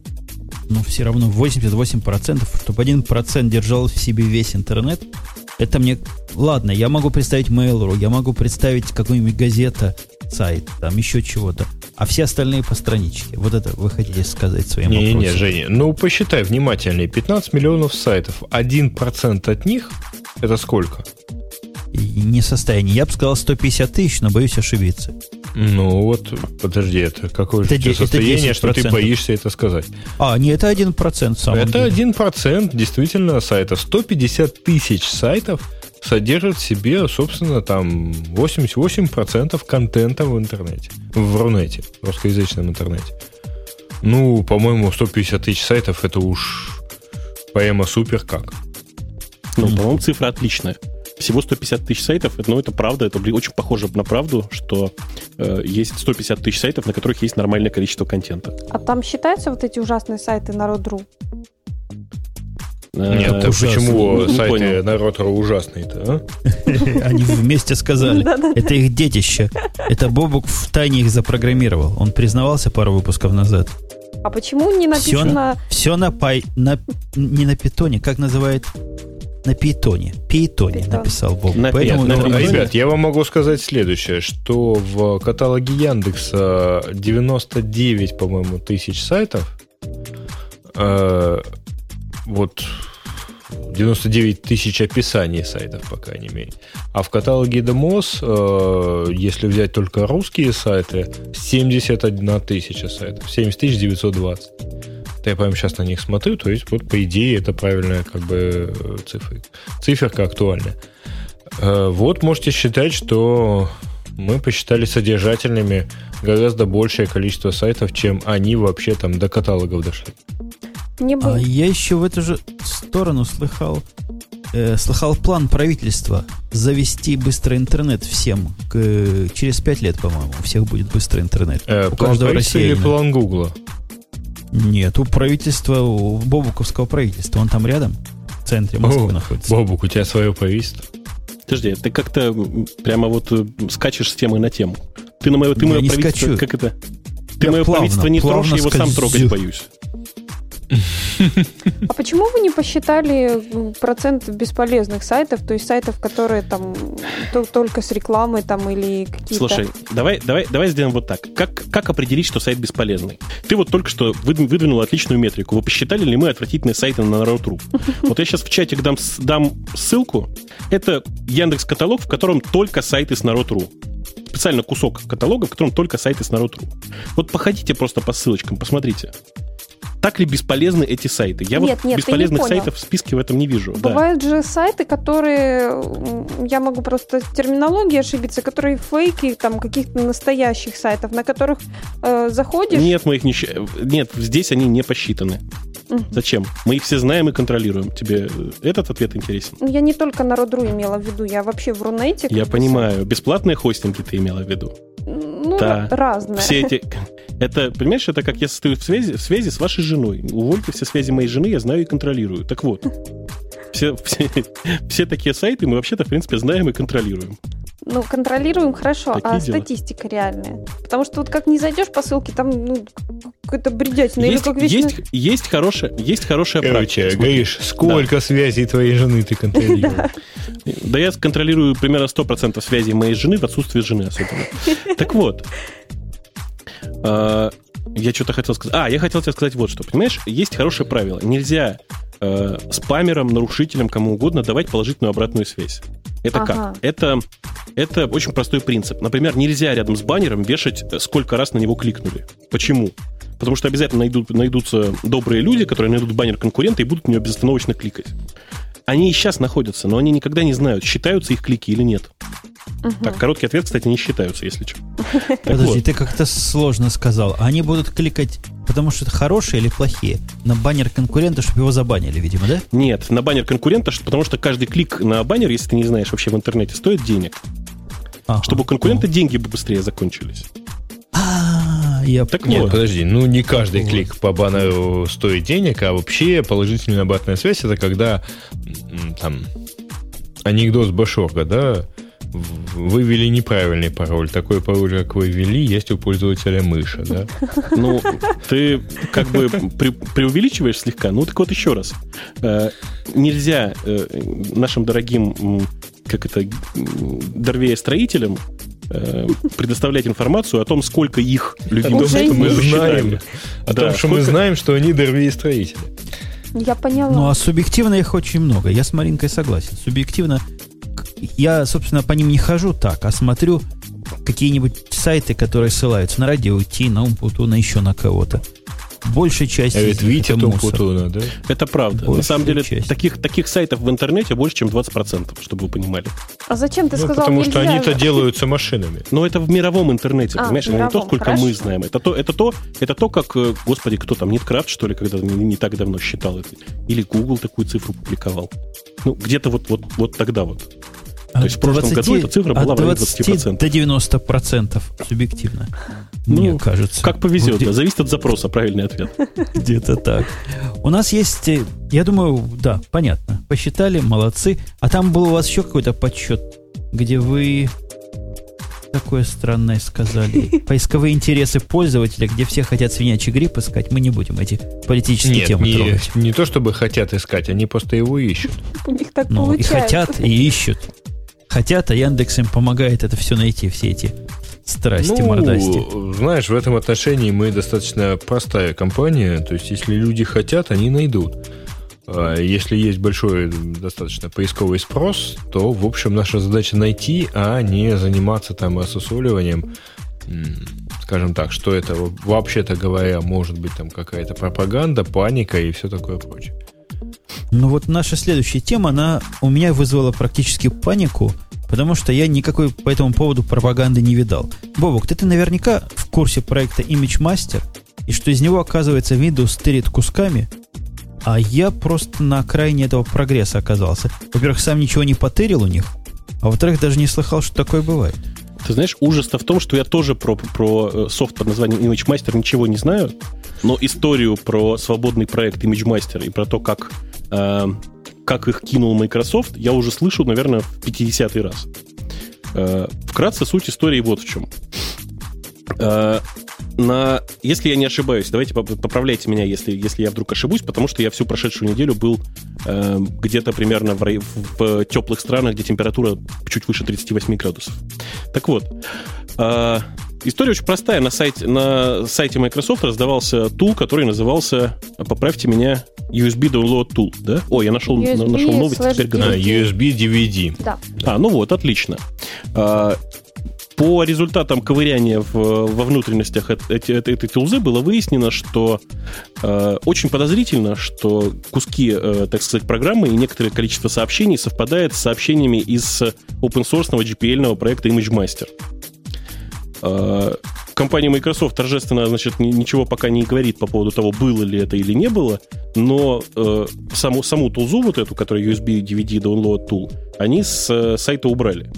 Но все равно восемьдесят восемь процентов, чтобы один процент держал в себе весь интернет, это мне... Ладно, я могу представить Mail.ru, я могу представить какую-нибудь газета, сайт, там еще чего-то. а все остальные по страничке. Вот это вы хотите сказать своим не, вопросом? Не, не, Женя, ну посчитай внимательнее. пятнадцать миллионов сайтов. один процент от них – это сколько? И не состояние. Я бы сказал сто пятьдесят тысяч, но боюсь ошибиться. Ну вот, подожди, это какое это же состояние, что ты боишься это сказать? А, не, это один процент в самом Это деле. один процент действительно сайтов. сто пятьдесят тысяч сайтов содержат в себе, собственно, там восемьдесят восемь процентов контента в интернете. В Рунете, в русскоязычном интернете. Ну, по-моему, сто пятьдесят тысяч сайтов это уж поэма супер как. Ну, по-моему, цифра отличная. Всего сто пятьдесят тысяч сайтов, ну, это правда, это очень похоже на правду, что э, есть сто пятьдесят тысяч сайтов, на которых есть нормальное количество контента. А там считаются вот эти ужасные сайты Народ.ру? Нет, а почему сайты Народ.ру ужасные-то, а? Они вместе сказали. Это их детище. Это Бобук в тайне их запрограммировал. Он признавался пару выпусков назад. А почему не написано... Все на пай... Не на питоне, как называют... На питоне. Питоне Питон. Написал Боб. На Поэтому, Нет, ну, на ребят, я вам могу сказать следующее, что в каталоге Яндекса девяносто девять, по-моему, тысяч сайтов. Э, вот девяносто девять тысяч описаний сайтов, по крайней мере. А в каталоге Дemos, э, если взять только русские сайты, семьдесят одна тысяча сайтов. семьдесят тысяч девятьсот двадцать. Я прямо сейчас на них смотрю, то есть, вот, по идее, это правильная как бы цифра. Циферка актуальная. Вот можете считать, что мы посчитали содержательными гораздо большее количество сайтов, чем они вообще там до каталогов дошли. Не а я еще в эту же сторону слыхал, э, слыхал план правительства завести быстрый интернет всем. К, через пять лет, по-моему, у всех будет быстрый интернет. Э, у план каждого правительства или план Гугла? Нет, у правительства, у Бобуковского правительства. Он там рядом, в центре Москвы О, находится. Бобук, у тебя свое правительство. Подожди, ты как-то прямо вот скачешь с темы на тему. Ты на мое, ты мое правительство, скачу. как это? Ты Я мое плавно, правительство не трожь, я его сам скользю. трогать боюсь. А почему вы не посчитали процент бесполезных сайтов, то есть сайтов, которые там только с рекламой там или какие-то... Слушай, давай, давай, давай сделаем вот так. Как, как определить, что сайт бесполезный? Ты вот только что выдвинул отличную метрику. Вы посчитали ли мы отвратительные сайты на Народ.ру? Вот я сейчас в чатик дам, дам ссылку. Это Яндекс.Каталог, в котором только сайты с Народ.ру. Специально кусок каталога, в котором только сайты с Народ.ру. Вот походите просто по ссылочкам, посмотрите. Так ли бесполезны эти сайты? Я нет, вот нет, бесполезных не сайтов в списке в этом не вижу. Бывают да. же сайты, которые, я могу просто терминологией ошибиться, которые фейки там каких-то настоящих сайтов, на которых э, заходишь... Нет, мы их не... Нет, здесь они не посчитаны. Угу. Зачем? Мы их все знаем и контролируем. Тебе этот ответ интересен? Я не только Народ.ру имела в виду, я вообще в Рунете... Я понимаю. Бесплатные хостинги ты имела в виду? Ну, да. разные. Все эти... Это, понимаешь, это как я состою в связи, в связи с вашей женой. Увольте все связи моей жены, я знаю и контролирую. Так вот, все, все, все такие сайты мы вообще-то, в принципе, знаем и контролируем. Ну, контролируем хорошо, Такие а дела. Статистика реальная. Потому что вот как не зайдешь по ссылке, там ну, какой-то бредятина. Есть, или как вечно... есть, есть, хорошая, есть хорошая Короче, практика. говоришь, сколько да. связей твоей жены ты контролируешь? Да. да я контролирую примерно сто процентов связей моей жены в отсутствии жены особенно. Так вот, я что-то хотел сказать. А, я хотел тебе сказать вот что. Понимаешь, есть хорошее правило. Нельзя э, спамерам, нарушителям, кому угодно давать положительную обратную связь. Это ага. как? Это, это очень простой принцип. Например, нельзя рядом с баннером вешать, сколько раз на него кликнули. Почему? Потому что обязательно найдут, найдутся добрые люди, которые найдут баннер конкурента и будут в него безостановочно кликать. Они и сейчас находятся, но они никогда не знают, считаются их клики или нет. Угу. Так, короткий ответ, кстати, не считаются, если что. Подожди, ты как-то сложно сказал. Они будут кликать, потому что это хорошие или плохие? На баннер конкурента, чтобы его забанили, видимо, да? Нет, на баннер конкурента, потому что каждый клик на баннер, если ты не знаешь вообще в интернете, стоит денег. Ага. Чтобы у конкурента ну. деньги бы быстрее закончились. А, я так Нет, вот. подожди, ну не каждый вот. клик по баннеру стоит денег, а вообще положительная обратная связь это когда там анекдот с Башорга, да, вывели неправильный пароль. Такой пароль, как вы ввели, есть у пользователя мыши, да? Ну, ты как бы пре- преувеличиваешь слегка. Ну, так вот еще раз. Э, нельзя э, нашим дорогим, как это, дорвея-строителям э, предоставлять информацию о том, сколько их любимых сайтов мы знаем. О да, том, что сколько... мы знаем, что они дорвей-строители. Я поняла. Ну, а субъективно их очень много. Я с Маринкой согласен. Субъективно я, собственно, по ним не хожу так, а смотрю какие-нибудь сайты, которые ссылаются на Радио Ти, на Умпутуна, еще на кого-то. Большая часть а ведь Витя Умпутуна, да? Это правда. Большая на самом деле, часть. таких, таких сайтов в интернете больше, чем двадцать процентов, чтобы вы понимали. А зачем ты ну, сказал, потому нельзя что они-то же? делаются машинами. Но это в мировом интернете, А, понимаешь? в Это не то, мировом, сколько хорошо. мы знаем. Это то, это, то, это то, как, господи, кто там, Ниткрафт, что ли, когда не, не так давно считал это. Или Google такую цифру публиковал. Ну, где-то вот, вот, вот тогда вот. То есть в прошлом году эта цифра была в районе двадцать процентов. До девяносто процентов субъективно. Ну, мне кажется. Как повезет, Вот да, зависит от запроса, правильный ответ. Где-то так. У нас есть, я думаю, да, понятно. Посчитали, молодцы. А там был у вас еще какой-то подсчет, где вы такое странное сказали. Поисковые интересы пользователя, где все хотят свинячий грипп искать. Мы не будем эти политические Нет, темы не, трогать. не то, чтобы хотят искать, они просто его ищут. У них так Ну, и получается. хотят, и ищут. Хотят, а Яндекс им помогает это все найти, все эти страсти, ну, мордасти. знаешь, в этом отношении мы достаточно простая компания. То есть, если люди хотят, они найдут. А если есть большой достаточно поисковый спрос, то, в общем, наша задача найти, а не заниматься там осусоливанием. Скажем так, что это, вообще-то говоря, может быть там какая-то пропаганда, паника и все такое прочее. Ну вот наша следующая тема, она у меня вызвала практически панику, потому что я никакой по этому поводу пропаганды не видал. Бобок, ты, ты наверняка в курсе проекта ImageMaster, и что из него, оказывается, Windows стырит кусками, а я просто на окраине этого прогресса оказался. Во-первых, сам ничего не потырил у них, а во-вторых, даже не слыхал, что такое бывает. Ты знаешь, ужас-то в том, что я тоже про, про софт под названием ImageMaster ничего не знаю, но историю про свободный проект ImageMaster и про то, как, э, как их кинул Microsoft, я уже слышу, наверное, в пятидесятый раз. Э, вкратце суть истории вот в чем. Э, на, если я не ошибаюсь, давайте поправляйте меня, если, если я вдруг ошибусь, потому что я всю прошедшую неделю был э, где-то примерно в, в, в теплых странах, где температура чуть выше тридцать восемь градусов. Так вот, э, история очень простая. На сайте, на сайте Microsoft раздавался тул, который назывался, поправьте меня, ю эс би Download Tool, да? О, я нашел, ю эс би нашел новость, теперь Да, готов. ю эс би ди ви ди. Да. А, ну вот, отлично. А, по результатам ковыряния в, во внутренностях этой, этой, этой тулзы было выяснено, что э, очень подозрительно, что куски, э, так сказать, программы и некоторое количество сообщений совпадает с сообщениями из open-source джи пи эл-ного проекта ImageMaster. Э, компания Microsoft торжественно, значит, ничего пока не говорит по поводу того, было ли это или не было, но э, саму, саму тулзу, вот эту, которая ю эс би ди ви ди Download Tool, они с э, сайта убрали.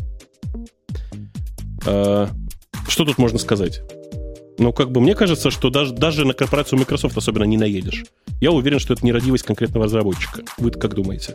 Что тут можно сказать? Ну, как бы мне кажется, что даже, даже на корпорацию Microsoft особенно не наедешь. Я уверен, что это нерадивость конкретного разработчика. Вы как думаете?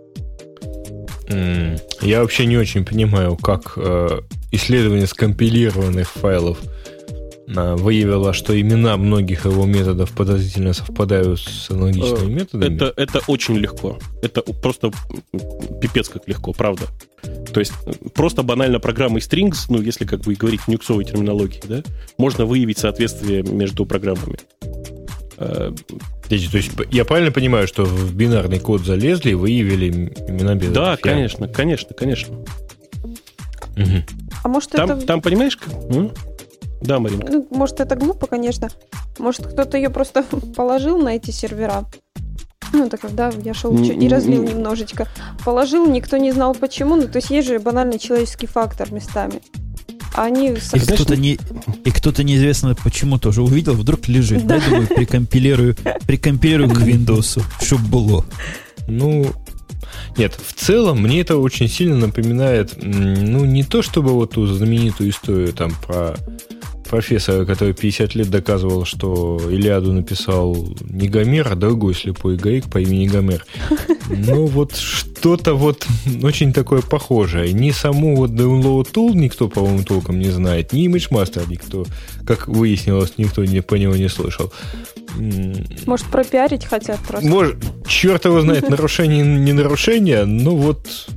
Mm. Я вообще не очень понимаю, как э, исследование скомпилированных файлов э, выявило, что имена многих его методов подозрительно совпадают с аналогичными э, методами. Это, это очень легко. Это просто пипец как легко, правда. То есть просто банально программой strings, ну, если как бы говорить в нюксовой терминологии, да, можно выявить соответствие между программами. Подожди, то есть я правильно понимаю, что в бинарный код залезли и выявили имена без Да, я... конечно, конечно, конечно. Угу. А может, там, это... Там, понимаешь... Как... М? Да, Маринка. Ну, может, это глупо, конечно. Может, кто-то ее просто положил на эти сервера. Ну, это когда я шел и разлил немножечко. Положил, никто не знал почему. Ну, то есть есть же банальный человеческий фактор местами. А они... И кто-то, не, и кто-то неизвестно почему тоже увидел, вдруг лежит. Да, да думаю, прикомпилирую, прикомпилирую к Windows, чтоб было. Ну, нет, в целом мне это очень сильно напоминает, ну, не то чтобы вот ту знаменитую историю там про профессора, который пятьдесят лет доказывал, что Илиаду написал не Гомер, а другой слепой гаик по имени Гомер. Ну, вот что-то вот очень такое похожее. Ни саму вот Download Tool никто, по-моему, толком не знает, ни ImageMaster никто, как выяснилось, никто не, по него не слышал. Может, пропиарить хотят просто? Может, черт его знает, нарушение, не нарушение, но вот...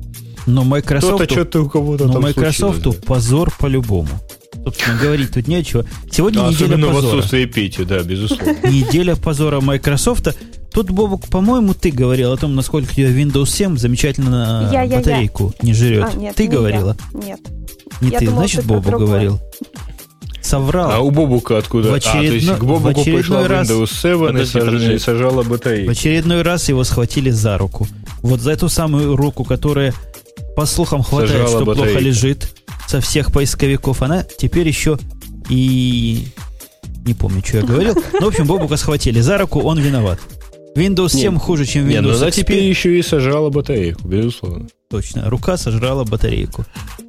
Но Microsoft, Кто-то что-то у кого-то но там Microsoft случилось, да. позор по-любому. Собственно, говорить тут нечего. Сегодня Да, неделя особенно в позора. отсутствие Пети, да, безусловно. Неделя позора Microsoft. Тут, Бобук, по-моему, ты говорил о том, насколько ее Windows семь замечательно Я, я, батарейку не жрет. А, нет, ты не говорила? я. Нет. Не Я ты, думала, значит, что это Бобук другое. говорил. Соврал. А у Бобука откуда? В А, то есть очередной- к Бобуку в очередной пришла раз- Windows семь и, Подожди, саж- подожди. и сажала В батарейку. очередной раз его схватили за руку. Вот за эту самую руку, которая, по слухам, хватает, Сожрала что плохо батарейку. лежит со всех поисковиков. Она теперь еще и... Не помню, что я говорил. Ну, в общем, Бобука схватили за руку, он виноват. Windows семь Нет. хуже, чем Не, ну Windows она икс пи. теперь еще и сажала батарейку, безусловно. Точно, рука сожрала батарейку.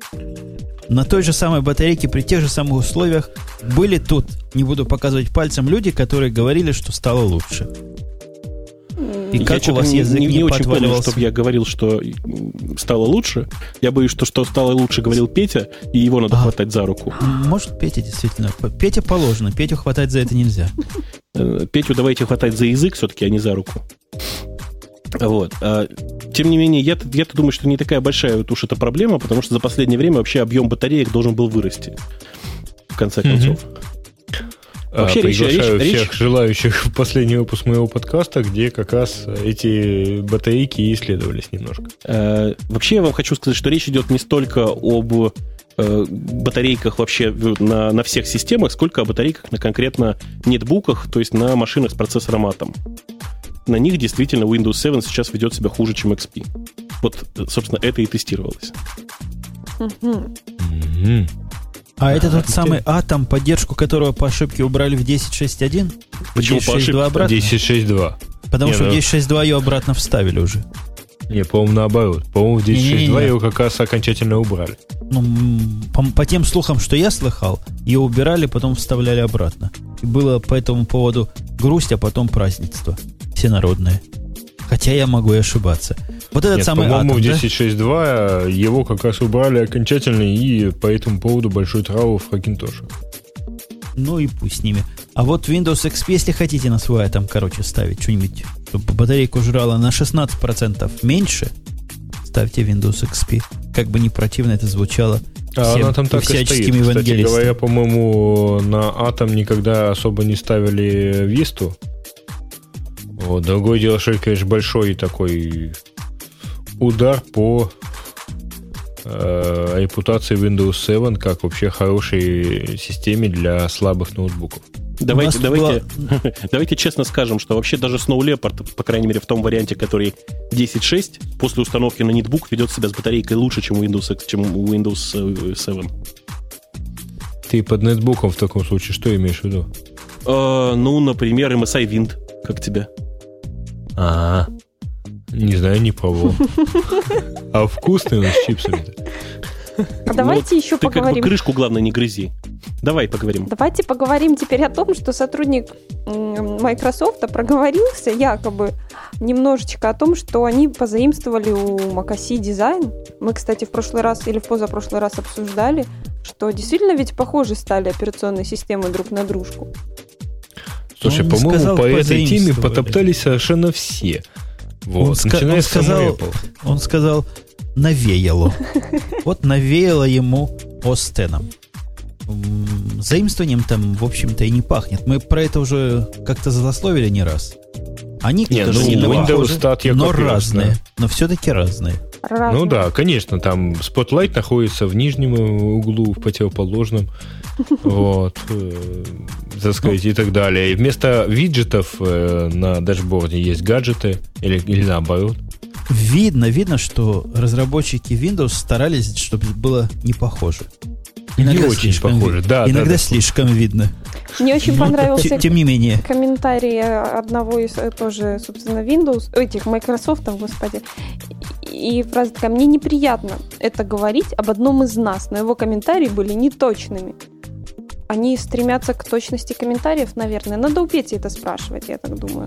На той же самой батарейке, при тех же самых условиях, были тут, не буду показывать пальцем, люди, которые говорили, что стало лучше. И Я как у что-то вас не, язык не, не, не очень помню, подваливался? чтобы я говорил, что стало лучше. Я боюсь, что что стало лучше, говорил Петя, и его надо А. хватать за руку. Может, Петя действительно. Петя положено, Петю хватать за это нельзя. Э, Петю давайте хватать за язык все-таки, а не за руку. Вот. А, тем не менее, я-то, я-то думаю, что не такая большая вот уж эта проблема, потому что за последнее время вообще объем батареек должен был вырасти. В конце концов. А, Вообще речь- приглашаю речь- всех речь- желающих в последний выпуск моего подкаста, где как раз эти батарейки и исследовались немножко. Э, Вообще, я вам хочу сказать, что речь идет не столько об э, батарейках вообще на, на всех системах, сколько о батарейках на конкретно нетбуках, то есть на машинах с процессором Atom. На них действительно Windows семь сейчас ведет себя хуже, чем икс пи. Вот, собственно, это и тестировалось. Мгм. Мгм. А это тот самый Atom, поддержку которого по ошибке убрали в десять шесть один? Почему по ошибке? обратно? десять шесть два. Потому Не, что в ну- десять шесть два ее обратно вставили уже. Не, по-моему, наоборот. По-моему, в десять шесть два Не-не-не. его как раз окончательно убрали. Ну, м, по, по тем слухам, что я слыхал, ее убирали, потом вставляли обратно. И было по этому поводу грусть, а потом празднество всенародное. Хотя я могу и ошибаться. Вот этот Нет, самый по-моему, Atom, в да? десять шесть два его как раз убрали окончательно, и по этому поводу большой траур в Хакинтоше. Ну и пусть с ними. А вот Windows икс пи, если хотите на свой Atom, короче, ставить что-нибудь, чтобы батарейку жрала на шестнадцать процентов меньше, ставьте Windows икс пи. Как бы не противно это звучало А всем она там так и стоит. всяческими Кстати евангелистами. говоря, по-моему, на Atom никогда особо не ставили Vista. Вот. Другое дело, что это, конечно, большой такой удар по э, репутации Windows семь как вообще хорошей системе для слабых ноутбуков. Давайте, нас давайте, давайте честно скажем, что вообще даже Snow Leopard, по крайней мере, в том варианте, который десять шесть, после установки на нетбук ведет себя с батарейкой лучше, чем у Windows, X- чем у Windows семь. Ты под нетбуком в таком случае что имеешь в виду? Э, ну, например, эм эс ай Wind, как тебе? А, не знаю, не пробовал. А вкусный он с чипсами. А давайте еще Ты как бы поговорим. крышку, главное, не грызи. Давай поговорим. Давайте поговорим теперь о том, что сотрудник м, Microsoft проговорился якобы немножечко о том, что они позаимствовали у macOS дизайн. Мы, кстати, в прошлый раз или в позапрошлый раз обсуждали, что действительно ведь похожи стали операционные системы друг на дружку. Слушай, Он не по-моему, сказал, по этой теме позаимствовали. потоптались совершенно все. Вот. Он, ска- Начиная он с самой сказал, Apple. он сказал, навеяло. Вот навеяло ему ОС X. М, Заимствованием там, в общем-то, и не пахнет. Мы про это уже как-то злословили не раз. Они Не, тоже ну, сильно Windows похожи, Start но Яков разные. Ясно. Но все-таки разные. Разные. Ну да, конечно, там Spotlight находится в нижнем углу, в противоположном. Вот. э, Так сказать, и так далее. И вместо виджетов э, на дашборде есть гаджеты, или, или наоборот. Видно, видно, что разработчики Windows старались, чтобы было не похоже. Иногда Не очень слишком похоже, ви- да, да, Иногда да. слишком видно. Мне очень Но понравился те- Тем не менее. комментарий одного из э, тоже, собственно, Windows, этих Microsoft, господи. И и фраза такая: мне неприятно это говорить об одном из нас, но его комментарии были неточными. Они стремятся к точности комментариев, наверное. Надо у Пети это спрашивать, я так думаю.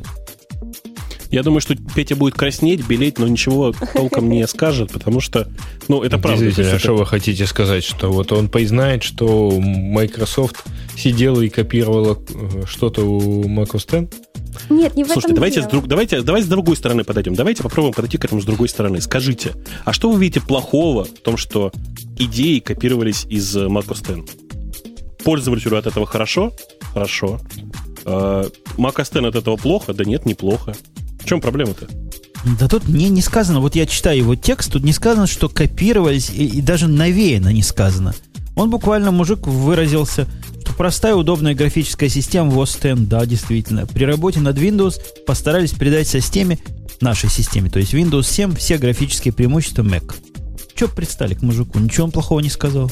Я думаю, что Петя будет краснеть, белеть, но ничего толком не скажет, потому что, ну, это правда. То есть Действительно, это- что вы хотите сказать? Что вот он признает, что Microsoft сидела и копировала э, что-то у Mac о эс X? Нет, не в Слушайте, этом давайте дело. с, друг, давайте, давайте с другой стороны подойдем. Давайте попробуем подойти к этому с другой стороны. Скажите, а что вы видите плохого в том, что идеи копировались из macOS X? Пользователю от этого хорошо? Хорошо. Uh, macOS X от этого плохо? Да нет, неплохо. В чем проблема-то? Да тут не, не сказано, вот я читаю его текст, тут не сказано, что копировались, и, и даже навеяно не сказано. Он буквально, мужик, выразился, что простая, удобная графическая система ви о эс десять, да, действительно. При работе над Windows постарались передать системе, нашей системе, то есть Windows семь, все графические преимущества Mac. Че пристали к мужику? Ничего он плохого не сказал.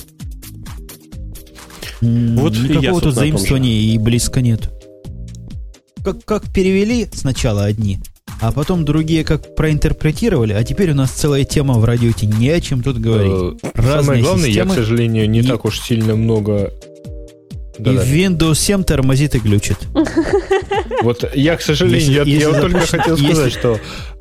Вот никакого тут заимствования и близко нет. Как, как перевели сначала одни, а потом другие как проинтерпретировали, а теперь у нас целая тема в радиоте, не о чем тут говорить. Самое главное, я, к сожалению, не и... так уж сильно много... И да, Windows семь тормозит и глючит. Вот я, к сожалению, я вот только хотел сказать, что...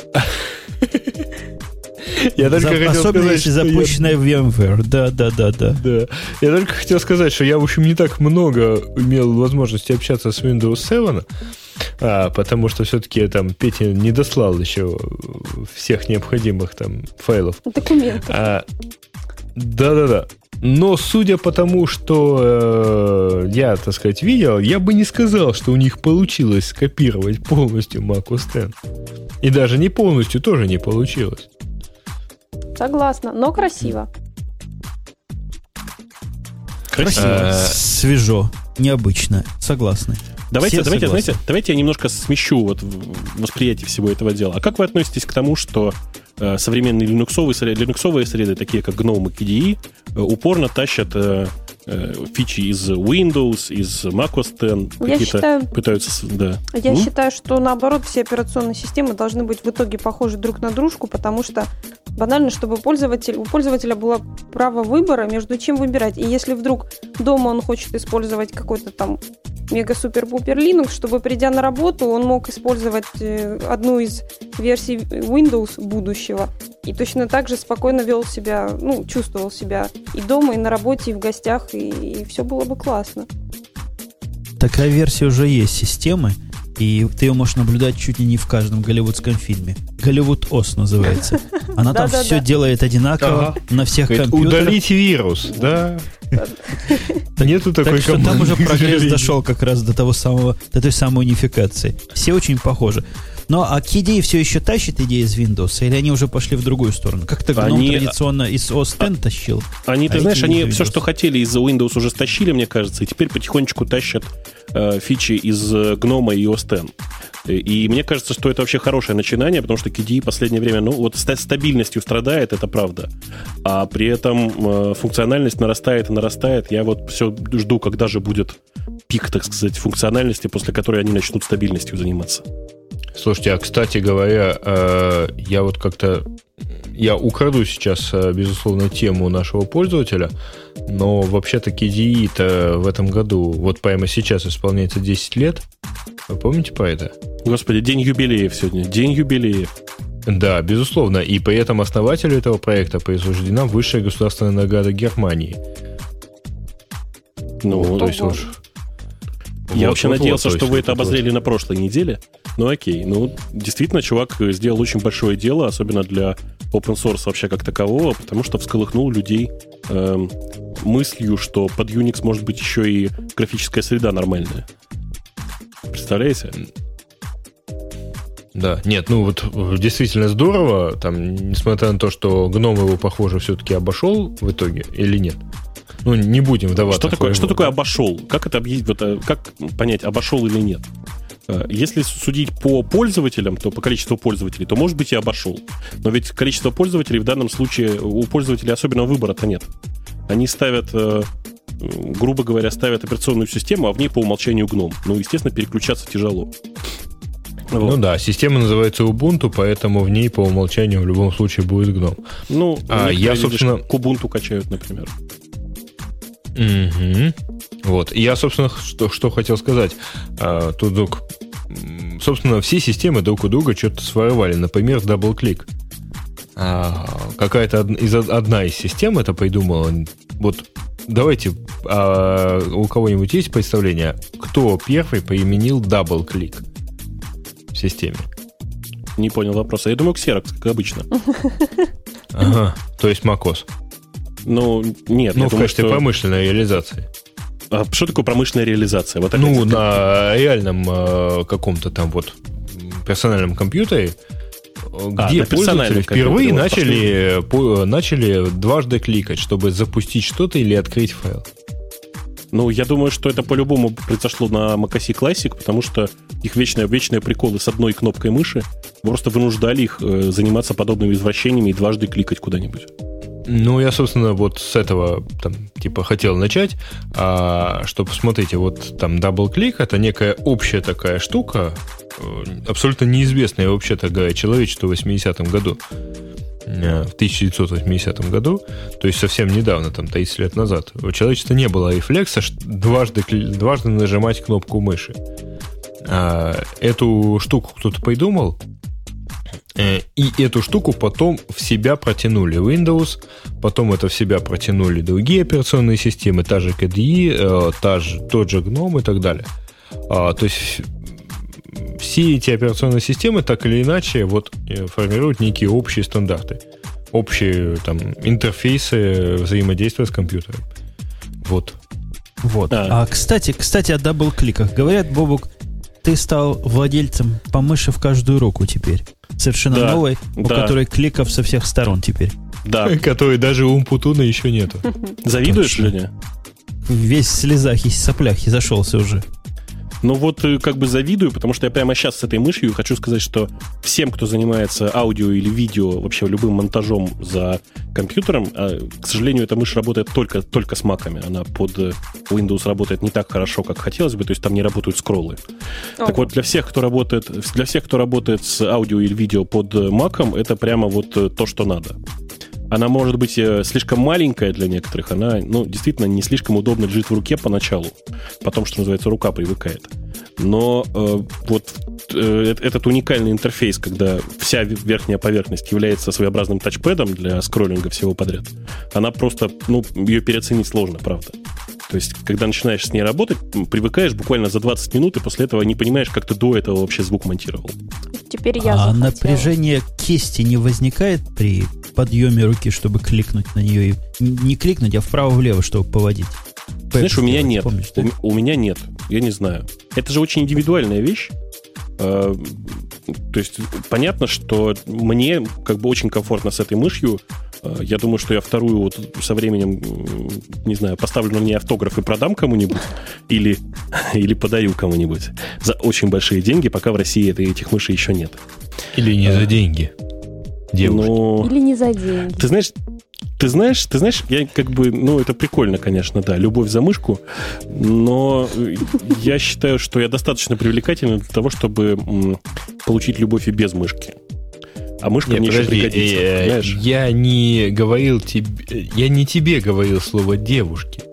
Я только хотел особенно если запущенная в VMware. Да, да, да, да. Да. Я только хотел сказать, что я, в общем, не так много имел возможности общаться с Windows семь, а, потому что все-таки там Петя не дослал еще всех необходимых там файлов. Документов. А, да-да-да. Но судя по тому, что э, я, так сказать, видел, я бы не сказал, что у них получилось скопировать полностью macOS X. И даже не полностью тоже не получилось. Согласна, но красиво. Красиво. Свежо, необычно. Согласны. Давайте, давайте, знаете, давайте я немножко смещу вот восприятие всего этого дела. А как вы относитесь к тому, что э, современные линуксовые, линуксовые среды, такие как гном и кей ди и, э, упорно тащат э, э, фичи из Windows, из macOS X, я какие-то считаю, пытаются... Да. Я М? считаю, что наоборот все операционные системы должны быть в итоге похожи друг на дружку, потому что банально, чтобы пользователь, у пользователя было право выбора, между чем выбирать. И если вдруг дома он хочет использовать какой-то там мега-супер-пупер Linux, чтобы, придя на работу, он мог использовать одну из версий Windows будущего. И точно так же спокойно вел себя, ну, чувствовал себя и дома, и на работе, и в гостях, и, и все было бы классно. Такая версия уже есть системы, и ты ее можешь наблюдать чуть ли не в каждом голливудском фильме. Голливуд ОС называется. Она там все делает одинаково на всех компьютерах. Удалить вирус, да. Нету такой команды. Так что там уже прогресс дошел как раз до того самого, до той самой унификации. Все очень похожи. Но а кей ди и все еще тащит идеи из Windows, или они уже пошли в другую сторону? Как-то гном они, традиционно из о эс X тащил. Они, ты а знаешь, они все, что хотели из Windows, уже стащили, мне кажется, и теперь потихонечку тащат э, фичи из гнома и о эс X. И мне кажется, что это вообще хорошее начинание, потому что кей ди и в последнее время, ну, вот стабильностью страдает, это правда. А при этом э, функциональность нарастает и нарастает. Я вот все жду, когда же будет пик, так сказать, функциональности, после которой они начнут стабильностью заниматься. Слушайте, а, кстати говоря, э, я вот как-то... Я украду сейчас, безусловно, тему нашего пользователя, но вообще-то кей ди и-то в этом году, вот прямо сейчас исполняется десять лет. Вы помните про это? Господи, день юбилеев сегодня, день юбилеев. Да, безусловно, и при этом основателю этого проекта присуждена высшая государственная награда Германии. Ну, вот, то есть уж... Я вот, вообще вот, надеялся, вот, что вот, вы вот, это обозрели вот. На прошлой неделе. Ну окей, ну действительно чувак сделал очень большое дело, особенно для open source вообще как такового, потому что всколыхнул людей э, мыслью, что под Unix может быть еще и графическая среда нормальная. Представляете? Да, нет, ну вот действительно здорово, там, несмотря на то, что гном его, похоже, все-таки обошел в итоге или нет. Ну, не будем вдаваться. Что такое, что такое обошел? Как это объяснить? Вот, как понять, обошел или нет? Если судить по пользователям, то по количеству пользователей, то, может быть, и обошел. Но ведь количество пользователей в данном случае у пользователей особенного выбора-то нет. Они ставят, грубо говоря, ставят операционную систему, а в ней по умолчанию гном. Ну, естественно, переключаться тяжело. Вот. Ну да, система называется Ubuntu, поэтому в ней по умолчанию в любом случае будет гном. Ну, а я, собственно... к Ubuntu качают, например. Угу. Вот. Я, собственно, что, что хотел сказать. А, тут друг, собственно, все системы друг у друга что-то своровали. Например, DoubleClick. А, какая-то из, одна из систем это придумала. Вот давайте, а, у кого-нибудь есть представление, кто первый применил DoubleClick? системе. Не понял вопроса. Я думаю, Xerox, как обычно. Ага, то есть macOS. Ну, нет. Ну, я в думаю, качестве что... промышленной реализации. А что такое промышленная реализация? Вот ну, опять... на реальном э, каком-то там вот персональном компьютере, а, где пользователи впервые начали, по, начали дважды кликать, чтобы запустить что-то или открыть файл. Ну, я думаю, что это по-любому произошло на macOS Classic, потому что их вечные, вечные приколы с одной кнопкой мыши просто вынуждали их э, заниматься подобными извращениями и дважды кликать куда-нибудь. Ну, я, собственно, вот с этого там, типа, хотел начать, а, что, посмотрите, вот там дабл-клик — это некая общая такая штука, абсолютно неизвестная вообще-то говоря человечеству в восьмидесятом году, в тысяча девятьсот восьмидесятом году, то есть совсем недавно, там тридцать лет назад, у человечества не было рефлекса дважды, дважды нажимать кнопку мыши. А, эту штуку кто-то придумал, и эту штуку потом в себя протянули Windows, потом это в себя протянули другие операционные системы, та же кей ди и, та же, тот же гном и так далее. А, то есть все эти операционные системы так или иначе вот, формируют некие общие стандарты, общие там, интерфейсы взаимодействия с компьютером. Вот. Вот. А, а кстати, кстати, о дабл-кликах. Говорят, Бобук, ты стал владельцем по мыши в каждую руку теперь. Совершенно да, новой, у да. которой кликов со всех сторон теперь. Да. Которой даже у Умпутуна еще нету. Завидуешь, Леня? Весь в слезах и соплях и зашелся уже. Ну вот как бы завидую, потому что я прямо сейчас с этой мышью хочу сказать, что всем, кто занимается аудио или видео, вообще любым монтажом за компьютером, к сожалению, эта мышь работает только, только с маками. Она под Windows работает не так хорошо, как хотелось бы, то есть там не работают скроллы. О. Так вот, для всех, кто работает, для всех, кто работает с аудио или видео под маком, это прямо вот то, что надо. Она может быть слишком маленькая для некоторых, она, ну, действительно не слишком удобно лежит в руке поначалу. Потом, что называется, рука привыкает. Но э, вот э, этот уникальный интерфейс, когда вся верхняя поверхность является своеобразным тачпэдом для скроллинга всего подряд, она просто, ну, ее переоценить сложно, правда. То есть, когда начинаешь с ней работать, привыкаешь буквально за двадцать минут, и после этого не понимаешь, как ты до этого вообще звук монтировал. Теперь я А захотела. напряжение кисти не возникает при подъеме руки, чтобы кликнуть на нее? И не кликнуть, а вправо-влево, чтобы поводить? Знаешь, у меня нет. Помнишь, у, у меня нет. Я не знаю. Это же очень индивидуальная вещь. То есть понятно, что мне как бы очень комфортно с этой мышью. Я думаю, что я вторую вот со временем, не знаю, поставлю на ней автограф и продам кому-нибудь или, или подарю кому-нибудь за очень большие деньги, пока в России этой, этих мышей еще нет. Или не а, за деньги. Девушки. Но... Или не за деньги. Ты знаешь... Ты знаешь, ты знаешь, я как бы, ну, это прикольно, конечно, да, любовь за мышку, но я считаю, что я достаточно привлекательный для того, чтобы м, получить любовь и без мышки. А мышка Нет, мне подожди, еще пригодится, э, понимаешь? Я не говорил тебе, я не тебе говорил слово девушки.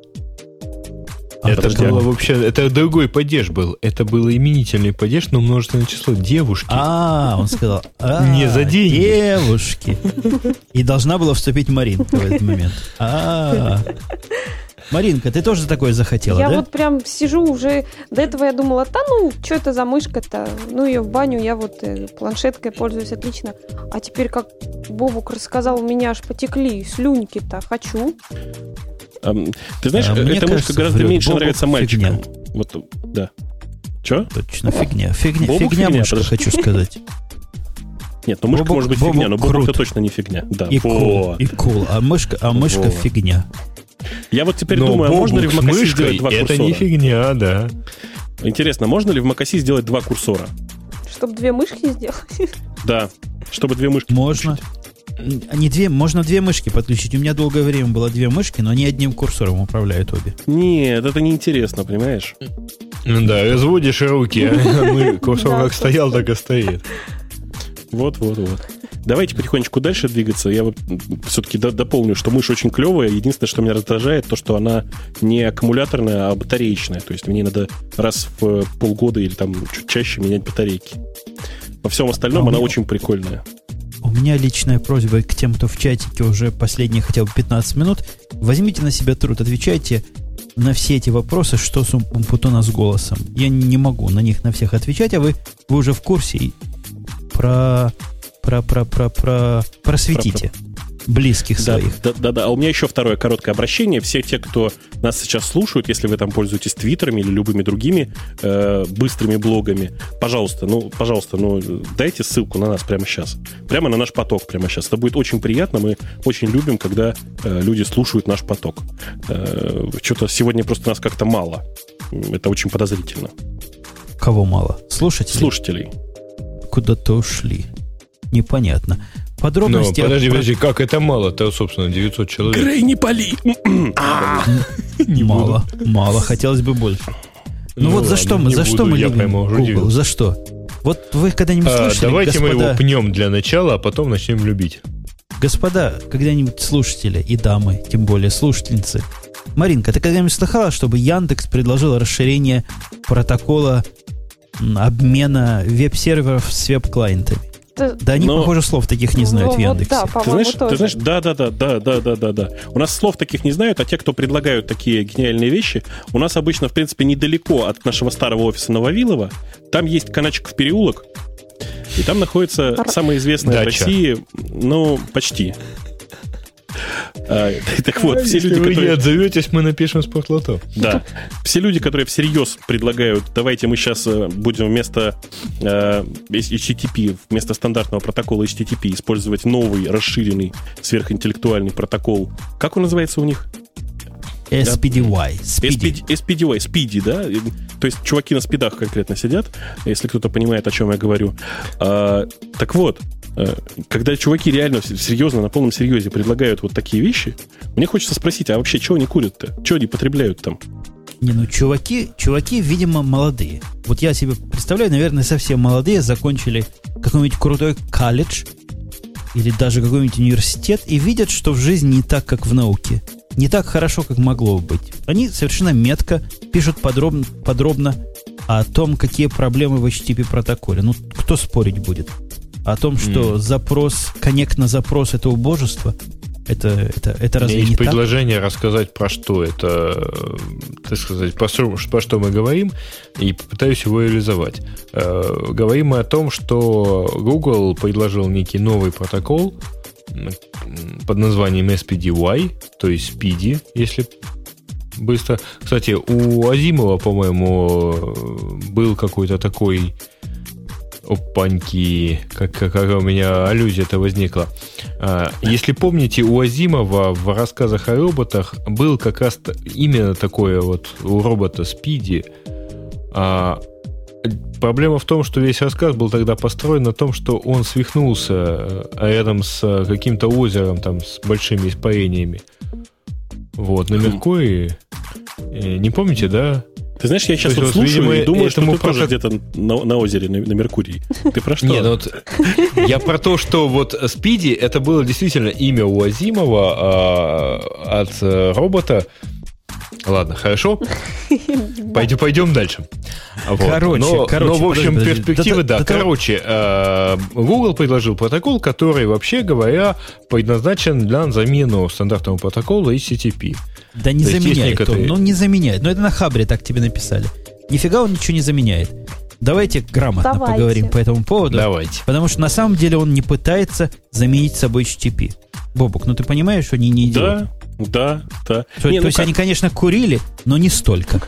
А это подожди, было вообще, это другой падеж был. Это был именительный падеж, но множественное число девушки. А, он сказал, не за деньги. Девушки. И должна была вступить Маринка в этот момент. А, Маринка, ты тоже такое захотела, я да? Я вот прям сижу уже, до этого я думала, да ну, что это за мышка-то? Ну, ее в баню, я вот планшеткой пользуюсь отлично. А теперь, как Бобук рассказал, у меня аж потекли слюньки-то, хочу. Ты знаешь, а эта мышка кажется, гораздо врет. меньше Бобук нравится мальчикам. Фигня. Вот, да. Че? Точно, фигня. Фигня, Бобук фигня, фигня, мышка, подожди. хочу сказать. Нет, ну мышка Бобук, может быть Бобук фигня, но Бобук это крут. точно не фигня. Да. И кул, и кул. А мышка, а мышка Во. фигня. Я вот теперь но думаю, а можно ли в macOS сделать два это курсора? Это не фигня, да. Интересно, можно ли в macOS сделать два курсора? Чтобы две мышки сделать? Да, чтобы две мышки Можно. Не две, можно две мышки подключить. У меня долгое время было две мышки, но они одним курсором управляют обе. Нет, это неинтересно, понимаешь? Да, разводишь руки, а курсор как стоял, так и стоит. Вот-вот-вот. Давайте потихонечку дальше двигаться. Я вот все-таки дополню, что мышь очень клевая. Единственное, что меня раздражает, то, что она не аккумуляторная, а батареечная. То есть мне надо раз в полгода или там чуть чаще менять батарейки. Во всем остальном а она меня... очень прикольная. У меня личная просьба к тем, кто в чатике уже последние хотя бы пятнадцать минут. Возьмите на себя труд, отвечайте на все эти вопросы, что с Умпутуна с голосом. Я не могу на них на всех отвечать, а вы, вы уже в курсе. Про, про, про, про, про, просветите близких да, своих. Да, да, да. А у меня еще второе короткое обращение. Все те, кто нас сейчас слушают, если вы там пользуетесь твиттерами или любыми другими э, быстрыми блогами, пожалуйста, ну, пожалуйста, ну, дайте ссылку на нас прямо сейчас. Прямо на наш поток прямо сейчас. Это будет очень приятно. Мы очень любим, когда э, люди слушают наш поток. Э, что-то сегодня просто нас как-то мало. Это очень подозрительно. Кого мало? Слушателей? Слушателей. Куда-то ушли. Непонятно. Подробности... Ну, подожди, подожди, как это мало-то, собственно, девятьсот человек? Грей, не пали! Мало, мало, хотелось бы больше. Ну вот за что мы, за что мы любим Google, за что? Вот вы когда-нибудь слышали, давайте мы его пнем для начала, а потом начнем любить. Господа, когда-нибудь слушатели, и дамы, тем более слушательницы, Маринка, ты когда-нибудь слыхала, чтобы Яндекс предложил расширение протокола обмена веб-серверов с веб-клиентами? Да они, Но... похоже, слов таких не знают ну, в Яндексе. Вот, да, ты знаешь, ты знаешь, да, да, да, да, да, да, да, да. У нас слов таких не знают, а те, кто предлагают такие гениальные вещи, у нас обычно, в принципе, недалеко от нашего старого офиса на Вавилова. Там есть Коначков переулок, и там находится Р... самая известная Дача. в России, ну, почти. А, так вот, все Если люди, вы которые... не отзоветесь, мы напишем спортлото. Да. Все люди, которые всерьез предлагают, давайте мы сейчас будем вместо э, эйч ти ти пи, вместо стандартного протокола эйч ти ти пи использовать новый, расширенный, сверхинтеллектуальный протокол. Как он называется у них? эс пи ди уай. Speedy. эс пи ди уай, Speedy, да? То есть чуваки на спидах конкретно сидят, если кто-то понимает, о чем я говорю. А, так вот, когда чуваки реально серьезно, на полном серьезе предлагают вот такие вещи, мне хочется спросить, а вообще, что они курят-то? Что они потребляют там? Не, ну чуваки, чуваки, видимо, молодые. Вот я себе представляю, наверное, совсем молодые, закончили какой-нибудь крутой колледж или даже какой-нибудь университет и видят, что в жизни не так, как в науке. Не так хорошо, как могло бы быть. Они совершенно метко пишут подробно, подробно о том, какие проблемы в эйч ти ти пи протоколе. Ну, кто спорить будет? О том, что mm. запрос, коннект на запрос — это убожество, это, это, это разве есть не предложение так? Рассказать, про что это, так сказать, про что, про что мы говорим, и попытаюсь его реализовать. Э, говорим мы о том, что Google предложил некий новый протокол под названием эс пи ди уай, то есть Speedy, если быстро. Кстати, у Азимова, по-моему, был какой-то такой... Опаньки, как, как, как у меня аллюзия-то возникла. А, если помните, у Азимова в рассказах о роботах был как раз именно такое вот у робота Speedy. А, проблема в том, что весь рассказ был тогда построен на том, что он свихнулся рядом с каким-то озером там с большими испарениями. Вот, на Меркурии. Не помните, да? Ты знаешь, я сейчас вот вот, слушаю видимо, и думаю, что ты проток... тоже где-то на, на озере, на, на Меркурии. Ты про что? Нет, ну вот я про то, что вот Speedy это было действительно имя у Азимова а, от а, робота. Ладно, хорошо. Пойдем, пойдем дальше. Вот. Короче, но, короче, но, в общем, подожди, перспективы, да. да, да короче, э, Google предложил протокол, который, вообще говоря, предназначен для замену стандартного протокола эйч ти ти пи. Да не то заменяет некоторые... он, ну не заменяет. Но это на Хабре так тебе написали. Нифига он ничего не заменяет. Давайте грамотно Давайте. поговорим по этому поводу. Давайте. Потому что на самом деле он не пытается заменить собой эйч ти ти пи. Бобук, ну ты понимаешь, что они не делают? Да, да, да. То, не, то ну есть как? Они, конечно, курили, но не столько.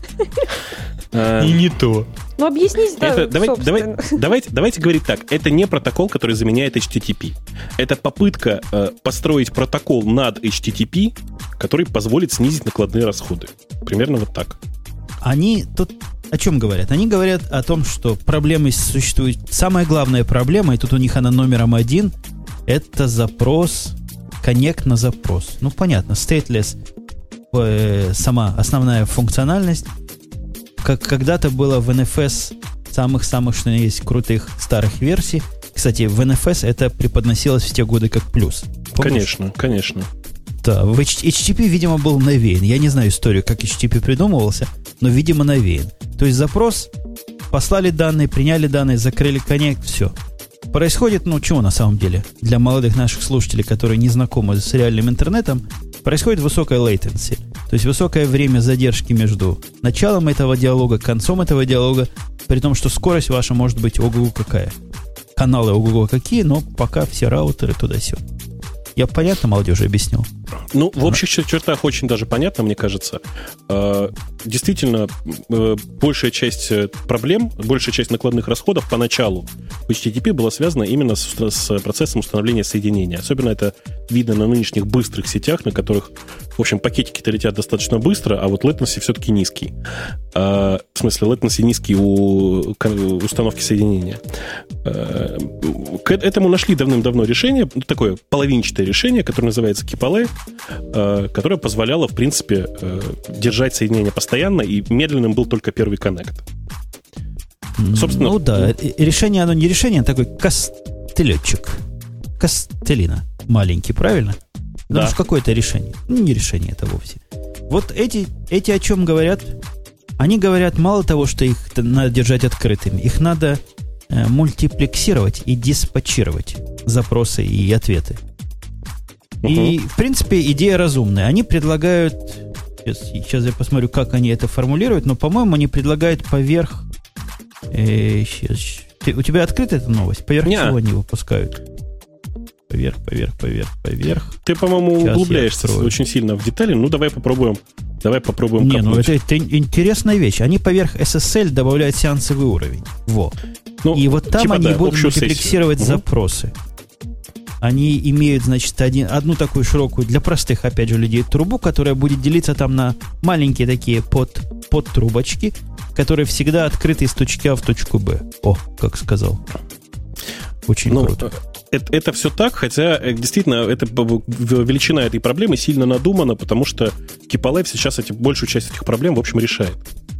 И не то. Ну, объясните, да, давайте, давайте, давайте, давайте говорить так. Это не протокол, который заменяет эйч ти ти пи. Это попытка э, построить протокол над эйч ти ти пи, который позволит снизить накладные расходы. Примерно вот так. Они тут о чем говорят? Они говорят о том, что проблемы существуют. Самая главная проблема, и тут у них она номером один, это запрос, коннект на запрос. Ну, понятно, stateless, э, сама основная функциональность. Как когда-то было в эн эф эс самых-самых, что есть, крутых старых версий. Кстати, в эн эф эс это преподносилось в те годы как плюс. Помнишь? Конечно, конечно. Да, в эйч ти пи, видимо, был навеян. Я не знаю историю, как эйч ти ти пи придумывался, но, видимо, навеян. То есть запрос, послали данные, приняли данные, закрыли коннект, все. Происходит, ну, чего на самом деле? Для молодых наших слушателей, которые не знакомы с реальным интернетом, происходит высокая latency. То есть высокое время задержки между началом этого диалога, концом этого диалога, при том, что скорость ваша может быть ого-го какая. Каналы ого-го какие, но пока все раутеры туда-сюда. Я понятно молодежи объяснил? Ну, в общих чертах очень даже понятно, мне кажется. Действительно, большая часть проблем, большая часть накладных расходов поначалу в эйч ти ти пи была связана именно с, с процессом установления соединения. Особенно это видно на нынешних быстрых сетях, на которых, в общем, пакетики-то летят достаточно быстро, а вот latency все-таки низкий. В смысле, latency низкий у установки соединения. К этому нашли давным-давно решение, ну, такое половинчатое решение, которое называется Кипале, которое позволяло, в принципе, держать соединение постоянно, и медленным был только первый коннект. Собственно, ну да, решение, оно не решение, а такой костылечек. Костылина. Маленький, правильно? Потому да. что какое-то решение. Ну, не решение это вовсе. Вот эти, эти о чем говорят? Они говорят мало того, что их надо держать открытыми. Их надо э, мультиплексировать и диспатчировать запросы и ответы. Uh-huh. И, в принципе, идея разумная. Они предлагают... Сейчас, сейчас я посмотрю, как они это формулируют, но, по-моему, они предлагают поверх... Э, сейчас, ты, у тебя открыта эта новость? Поверх Не. чего они выпускают? Поверх, поверх, поверх, поверх. Ты, по-моему, сейчас углубляешься очень сильно в детали. Ну, давай попробуем. Давай попробуем Не, копнуть. ну это, это интересная вещь. Они поверх эс эс эль добавляют сеансовый уровень. Во. Ну, и вот там типа, они да, будут мультиплексировать угу. запросы. Они имеют, значит, один, одну такую широкую, для простых, опять же, людей, трубу, которая будет делиться там на маленькие такие под, подтрубочки, которые всегда открыты из точки А в точку Б. О, как сказал. Очень ну, круто. Это, это все так, хотя действительно это, величина этой проблемы сильно надумана, потому что Кипалев сейчас эти, большую часть этих проблем, в общем, решает.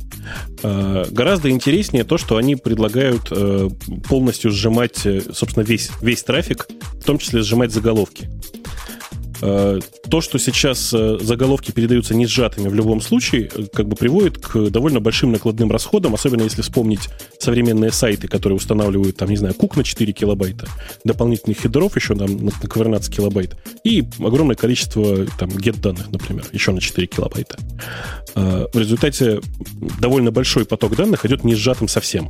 Гораздо интереснее то, что они предлагают полностью сжимать, собственно, весь, весь трафик, в том числе сжимать заголовки. То, что сейчас заголовки передаются не сжатыми в любом случае, как бы приводит к довольно большим накладным расходам, особенно если вспомнить современные сайты, которые устанавливают, там, не знаю, кук на четыре килобайта, дополнительных хедров еще там, на двенадцать килобайт, и огромное количество там get-данных, например, еще на четыре килобайта. В результате довольно большой поток данных идет не сжатым совсем.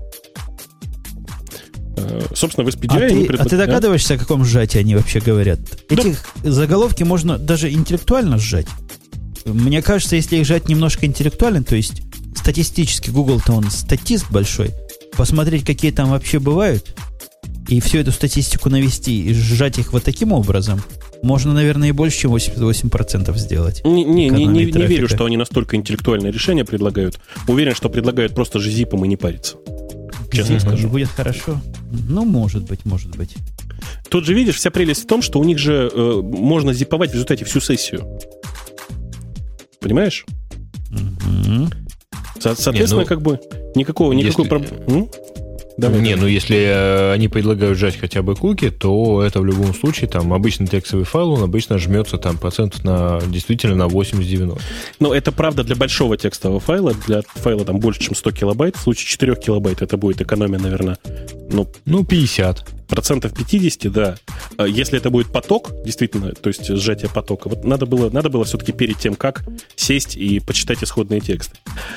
Собственно, в эс пи ди ай... А, они ты, предпо... а ты догадываешься, о каком сжатии они вообще говорят? Да. Эти заголовки можно даже интеллектуально сжать. Мне кажется, если их сжать немножко интеллектуально, то есть статистически Google-то он статист большой, посмотреть, какие там вообще бывают, и всю эту статистику навести и сжать их вот таким образом, можно, наверное, и больше, чем восемьдесят восемь процентов сделать. Не, не, не, не, не верю, что они настолько интеллектуальное решение предлагают. Уверен, что предлагают просто же зипом и не париться. Честно mm-hmm. скажу. Будет хорошо? Ну, может быть, может быть. Тут же, видишь, вся прелесть в том, что у них же э, можно зиповать в результате всю сессию. Понимаешь? Mm-hmm. Со- соответственно, не, ну, как бы никакого, никакой проблемы. Давай, не, давай. Ну если э, они предлагают сжать хотя бы куки, то это в любом случае там обычный текстовый файл, он обычно жмется там процентов на действительно на восемьдесят-девяносто. Но это правда для большого текстового файла, для файла там больше, чем сто килобайт. В случае четыре килобайт это будет экономия, наверное, ну, ну пятьдесят. Процентов пятьдесят, да. Если это будет поток, действительно, то есть сжатие потока, вот надо было, надо было все-таки перед тем, как сесть и почитать исходные тексты.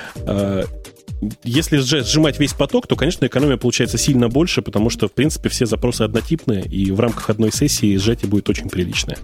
Если сжимать весь поток, то, конечно, экономия получается сильно больше, потому что, в принципе, все запросы однотипные, и в рамках одной сессии сжатие будет очень приличное.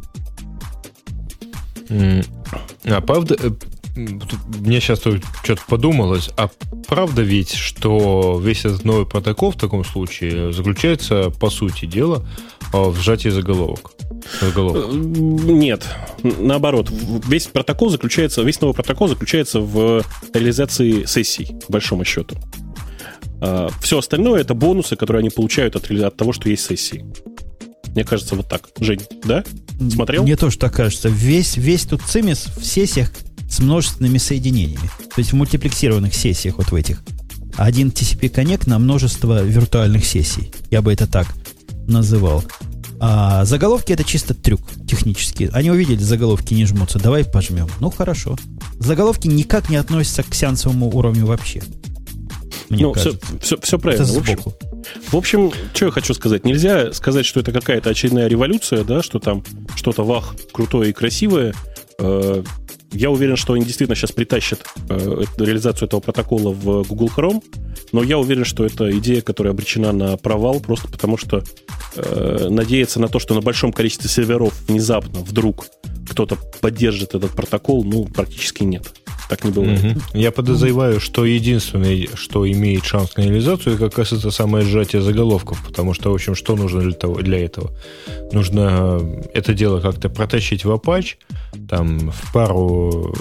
А правда, мне сейчас что-то подумалось, а правда ведь, что весь этот новый протокол в таком случае заключается, по сути дела, в сжатии заголовок? Заголовок. Нет, наоборот. Весь протокол заключается, весь новый протокол заключается в реализации сессий, по большому счету. Все остальное — это бонусы, которые они получают от, от того, что есть сессии. Мне кажется, вот так. Жень, да? Смотрел? Мне тоже так кажется. Весь, весь тут цимис в сессиях с множественными соединениями. То есть в мультиплексированных сессиях вот в этих. Один ти си пи Connect на множество виртуальных сессий. Я бы это так называл. А заголовки — это чисто трюк технический. Они увидели, заголовки не жмутся. Давай пожмем. Ну, хорошо. Заголовки никак не относятся к сеансовому уровню вообще. Мне ну, кажется. Все, все, все правильно. Это в общем, в общем, что я хочу сказать. Нельзя сказать, что это какая-то очередная революция, да, что там что-то вах, крутое и красивое. Я уверен, что они действительно сейчас притащат э, реализацию этого протокола в Google Chrome, но я уверен, что это идея, которая обречена на провал, просто потому что э, надеяться на то, что на большом количестве серверов внезапно, вдруг кто-то поддержит этот протокол, ну, практически нет. Так не бывает. Угу. Я подозреваю, что единственное, что имеет шанс на реализацию, это как раз это самое сжатие заголовков, потому что, в общем, что нужно для, того, для этого? Нужно это дело как-то протащить в Apache, там, в пару,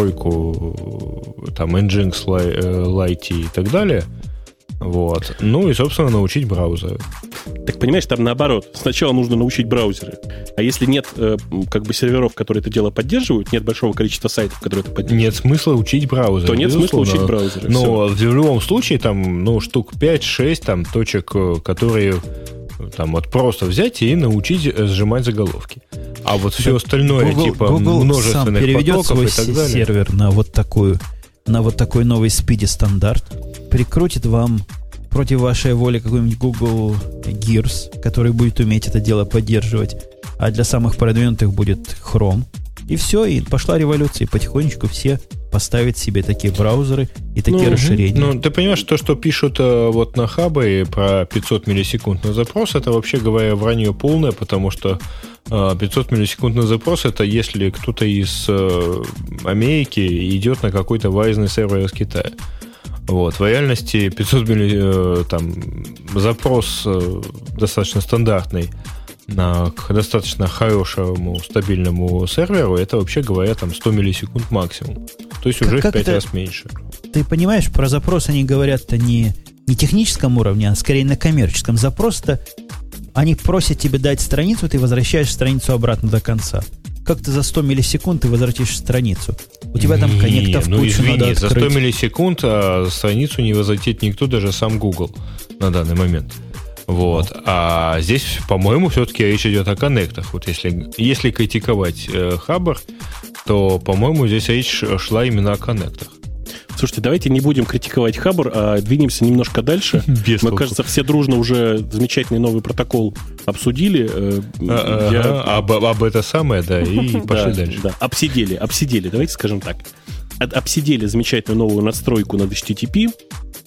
тройку, там, Nginx, Lite и так далее. Вот. Ну и, собственно, научить браузеры. Так понимаешь, там наоборот. Сначала нужно научить браузеры. А если нет э, как бы серверов, которые это дело поддерживают, нет большого количества сайтов, которые это поддерживают. Нет смысла учить браузеры. То нет безусловно. смысла учить браузеры. Но все. В любом случае там, ну, штук пять-шесть там точек, которые там вот просто взять и научить сжимать заголовки. А вот все остальное, Google, типа Google множественных сам переведет потоков свой и так далее. сервер на вот такую, на вот такой новый спиди стандарт, прикрутит вам против вашей воли какой-нибудь Google Gears, который будет уметь это дело поддерживать, а для самых продвинутых будет Chrome. И все, и пошла революция, и потихонечку все поставят себе такие браузеры и такие ну, расширения. Ну, ты понимаешь, то, что пишут э, вот на хабе про пятьсот миллисекунд на запрос, это, вообще говоря, вранье полное, потому что э, пятьсот миллисекунд на запрос, это если кто-то из э, Америки идет на какой-то вайзный сервер из Китая. Вот. В реальности пятьсот милли, э, там, запрос э, достаточно стандартный на к достаточно хорошему стабильному серверу, это, вообще говоря, там сто миллисекунд максимум. То есть как, уже как в пять раз меньше. Ты понимаешь, про запрос они говорят-то не, не техническом уровне, а скорее на коммерческом. Запрос-то они просят тебе дать страницу, ты возвращаешь страницу обратно до конца. Как ты за сто миллисекунд ты возвратишь страницу? У тебя там коннектов ну, кучу извини, надо открыть. За сто миллисекунд а страницу не возвратит никто, даже сам Google на данный момент. Вот. А здесь, по-моему, все-таки речь идет о коннектах. Вот если, если критиковать э, Хабр, то, по-моему, здесь речь шла именно о коннектах. Слушайте, давайте не будем критиковать Хабр, а двинемся немножко дальше. Без Мы, толку. кажется, все дружно уже замечательный новый протокол обсудили. А, Я... ага, об, об это самое, да, и пошли да, дальше. Да, обсидели, обсидели, давайте скажем так. Обсидели замечательную новую надстройку над эйч ти ти пи.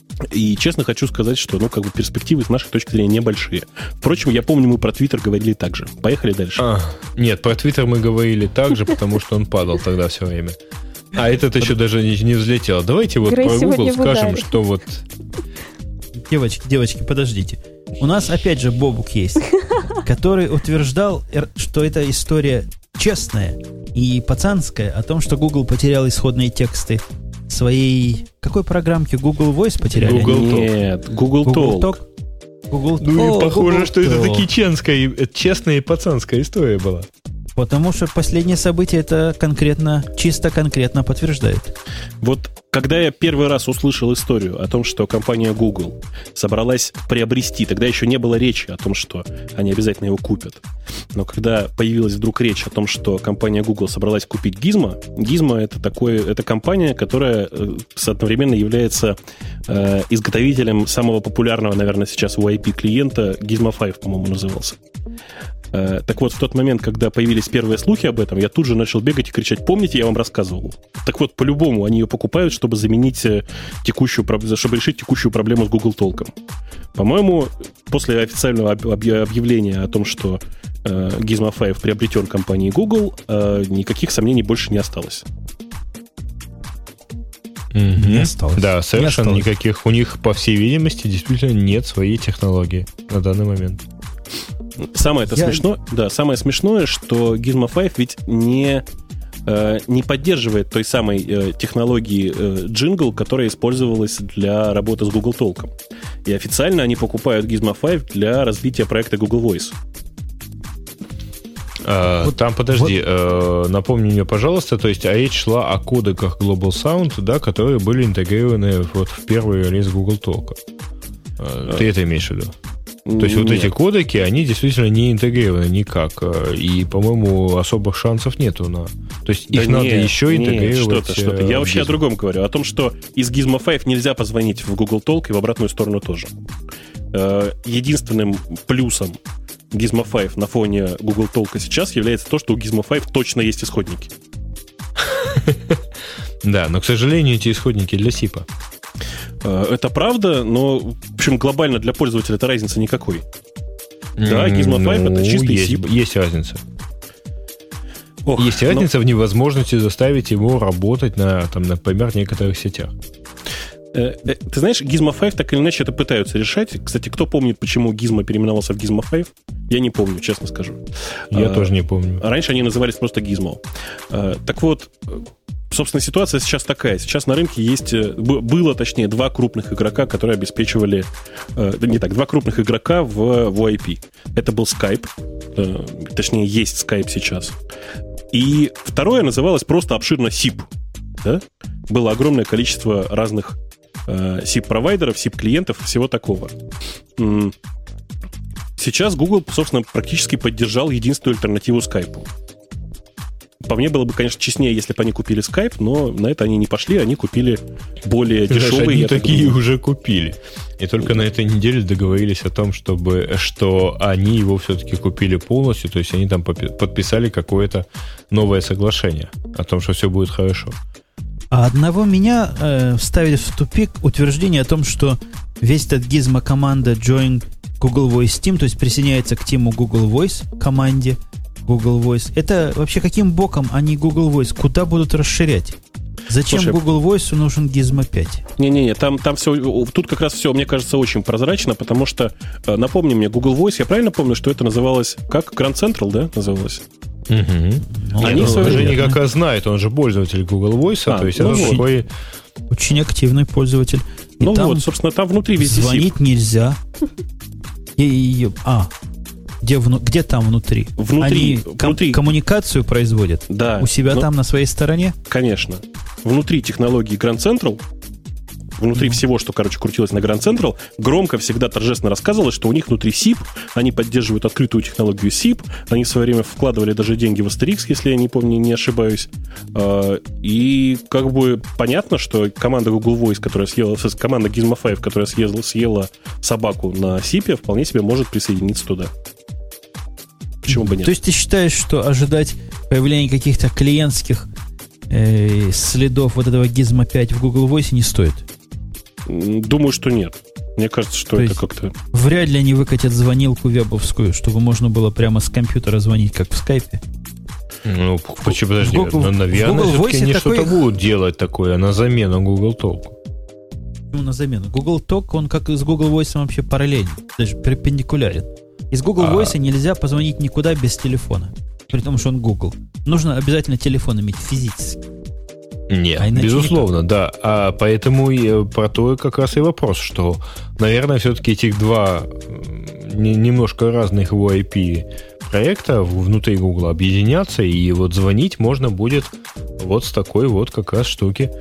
И честно хочу сказать, что ну, как бы перспективы с нашей точки зрения небольшие. Впрочем, я помню, мы про Твиттер говорили так же. Поехали дальше. А, нет, про Твиттер мы говорили так же, потому что он падал тогда все время. А этот еще даже не, не взлетел. Давайте вот Грей про Google скажем, ударе. что вот... Девочки, девочки, подождите. У нас опять же Бобук есть, который утверждал, что эта история честная и пацанская, о том, что Google потерял исходные тексты своей... Какой программки? Google Voice потеряли? Google Talk. Нет, Google, Google Talk. Talk? Google Ну и О, похоже, Google что это Talk. таки честная, честная и пацанская история была. Потому что последнее событие это конкретно, чисто конкретно подтверждает. Вот когда я первый раз услышал историю о том, что компания Google собралась приобрести, тогда еще не было речи о том, что они обязательно его купят. Но когда появилась вдруг речь о том, что компания Google собралась купить Gizmo, Gizmo это, такое, это компания, которая э, одновременно является э, изготовителем самого популярного, наверное, сейчас у ай пи-клиента Gizmo пять, по-моему, назывался. Так вот, в тот момент, когда появились первые слухи об этом, я тут же начал бегать и кричать: помните, я вам рассказывал? Так вот, по-любому они ее покупают, чтобы заменить текущую, чтобы решить текущую проблему с Google Толком. По-моему, после официального объявления о том, что Gizmo пять приобретен компанией Google, никаких сомнений больше не осталось. Mm-hmm. Не осталось. Да, совершенно не осталось. никаких. У них, по всей видимости, действительно нет своей технологии на данный момент. Самое это Я... смешно, да, самое смешное, что Gizmo пять ведь не, э, не поддерживает той самой э, технологии э, Jingle, которая использовалась для работы с Google Толком. И официально они покупают Gizmo пять для развития проекта Google Voice. А, вот, там, подожди, вот. э, напомни мне, пожалуйста, то есть а речь шла о кодеках Global Sound, да, которые были интегрированы вот в первый релиз Google Talk. А, ты это имеешь в виду? То есть Нет. вот эти кодеки, они действительно не интегрированы никак. И, по-моему, особых шансов нету на... То есть Да их надо нет, еще нет, интегрировать. Что-то, что-то. Я вообще Gizmo. о другом говорю. О том, что из Gizmo пять нельзя позвонить в Google Talk и в обратную сторону тоже. Единственным плюсом Gizmo пять на фоне Google Talk сейчас является то, что у Gizmo пять точно есть исходники. Да, но, к сожалению, эти исходники для сипа. Это правда, но, в общем, глобально для пользователя это разницы никакой. Да, Gizmo пять ну, это чистый есть, сип. Есть разница. Ох, есть разница но... в невозможности заставить его работать на, там, например, некоторых сетях. Э, э, ты знаешь, Gizmo пять так или иначе это пытаются решать. Кстати, кто помнит, почему Gizmo переименовался в Gizmo пять? Я не помню, честно скажу. Я а, тоже не помню. Раньше они назывались просто Gizmo. А, так вот, собственно, ситуация сейчас такая. Сейчас на рынке есть... Было, точнее, два крупных игрока, которые обеспечивали... Не так, два крупных игрока в, в о ай пи. Это был Skype. Точнее, есть Skype сейчас. И второе называлось просто обширно сип. Да? Было огромное количество разных э, сип-провайдеров, сип-клиентов, всего такого. Сейчас Google, собственно, практически поддержал единственную альтернативу Skype. По мне было бы, конечно, честнее, если бы они купили Skype, но на это они не пошли, они купили более Ты дешевые. Знаешь, они такие думаю, уже купили. И только на этой неделе договорились о том, чтобы, что они его все-таки купили полностью, то есть они там подписали какое-то новое соглашение о том, что все будет хорошо. А одного меня э, вставили в тупик утверждение о том, что весь этот Gizmo команда join Google Voice Team, то есть присоединяется к тиму Google Voice команде Google Voice. Это вообще каким боком они Google Voice? Куда будут расширять? Зачем Слушай, Google Voice нужен Gizmo пять? Не-не-не, там, там все, тут как раз все, мне кажется, очень прозрачно, потому что, напомни мне, Google Voice, я правильно помню, что это называлось, как Grand Central, да, называлось? Угу. Они ну, он же не как знает, он же пользователь Google Voice, а, то есть ну, это такой... Очень активный пользователь. И ну вот, собственно, там внутри везде звонить сип. Нельзя. И, и, а, где, вну, где там внутри? Внутри, Они внутри. Ком- коммуникацию производят? Да. У себя но... там на своей стороне? Конечно. Внутри технологии Grand Central, внутри mm. всего, что, короче, крутилось на Grand Central, громко всегда торжественно рассказывалось, что у них внутри сип, они поддерживают открытую технологию сип, они в свое время вкладывали даже деньги в Asterix, если я не помню, не ошибаюсь. И как бы понятно, что команда Google Voice, которая съела, команда Gizmo пять, которая съела, съела собаку на сипе, вполне себе может присоединиться туда. Почему бы нет? То есть ты считаешь, что ожидать появления каких-то клиентских э, следов вот этого Gizmo пять в Google Voice не стоит? Думаю, что нет. Мне кажется, что То это как-то... Вряд ли они выкатят звонилку вебовскую, чтобы можно было прямо с компьютера звонить, как в скайпе. Ну, почему, подожди, Google, но, наверное, все-таки они такой... что-то будут делать такое на замену Google Talk. Ну, на замену. Google Talk, он как и с Google Voice вообще параллелен, даже перпендикулярен. Из Google а... Voice нельзя позвонить никуда без телефона, при том, что он Google. Нужно обязательно телефон иметь физически. Нет, а безусловно, никак. Да. А поэтому и про то как раз и вопрос, что, наверное, все-таки этих два немножко разных о ай пи проекта внутри Google объединятся, и вот звонить можно будет вот с такой вот как раз штуки.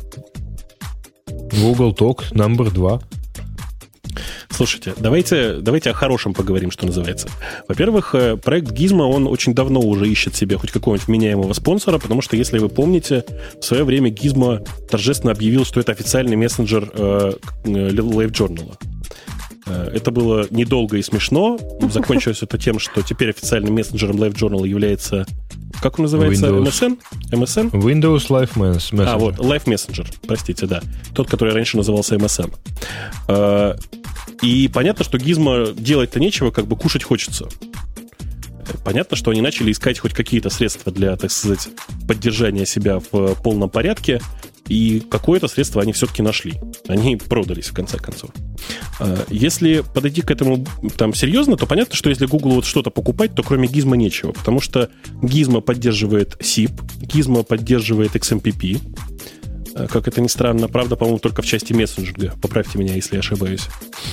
Google Talk номер два. Слушайте, давайте, давайте о хорошем поговорим, что называется. Во-первых, проект Gizmo, он очень давно уже ищет себе хоть какого-нибудь вменяемого спонсора, потому что, если вы помните, в свое время Gizmo торжественно объявил, что это официальный мессенджер э, LiveJournal. Это было недолго и смешно. Закончилось это тем, что теперь официальным мессенджером LiveJournal является... Как он называется? Windows. эм эс эн? эм эс эн? Windows Live Messenger. А, вот, Live Messenger, простите, да. Тот, который раньше назывался эм эс эн. И понятно, что Gizmo делать-то нечего, как бы кушать хочется. Понятно, что они начали искать хоть какие-то средства для, так сказать, поддержания себя в полном порядке, и какое-то средство они все-таки нашли. Они продались, в конце концов. Если подойти к этому там серьезно, то понятно, что если Google вот что-то покупать, то кроме Gizmo нечего, потому что Gizmo поддерживает сип, Gizmo поддерживает икс эм пи пи, как это ни странно, правда, по-моему, только в части мессенджинга. Поправьте меня, если я ошибаюсь.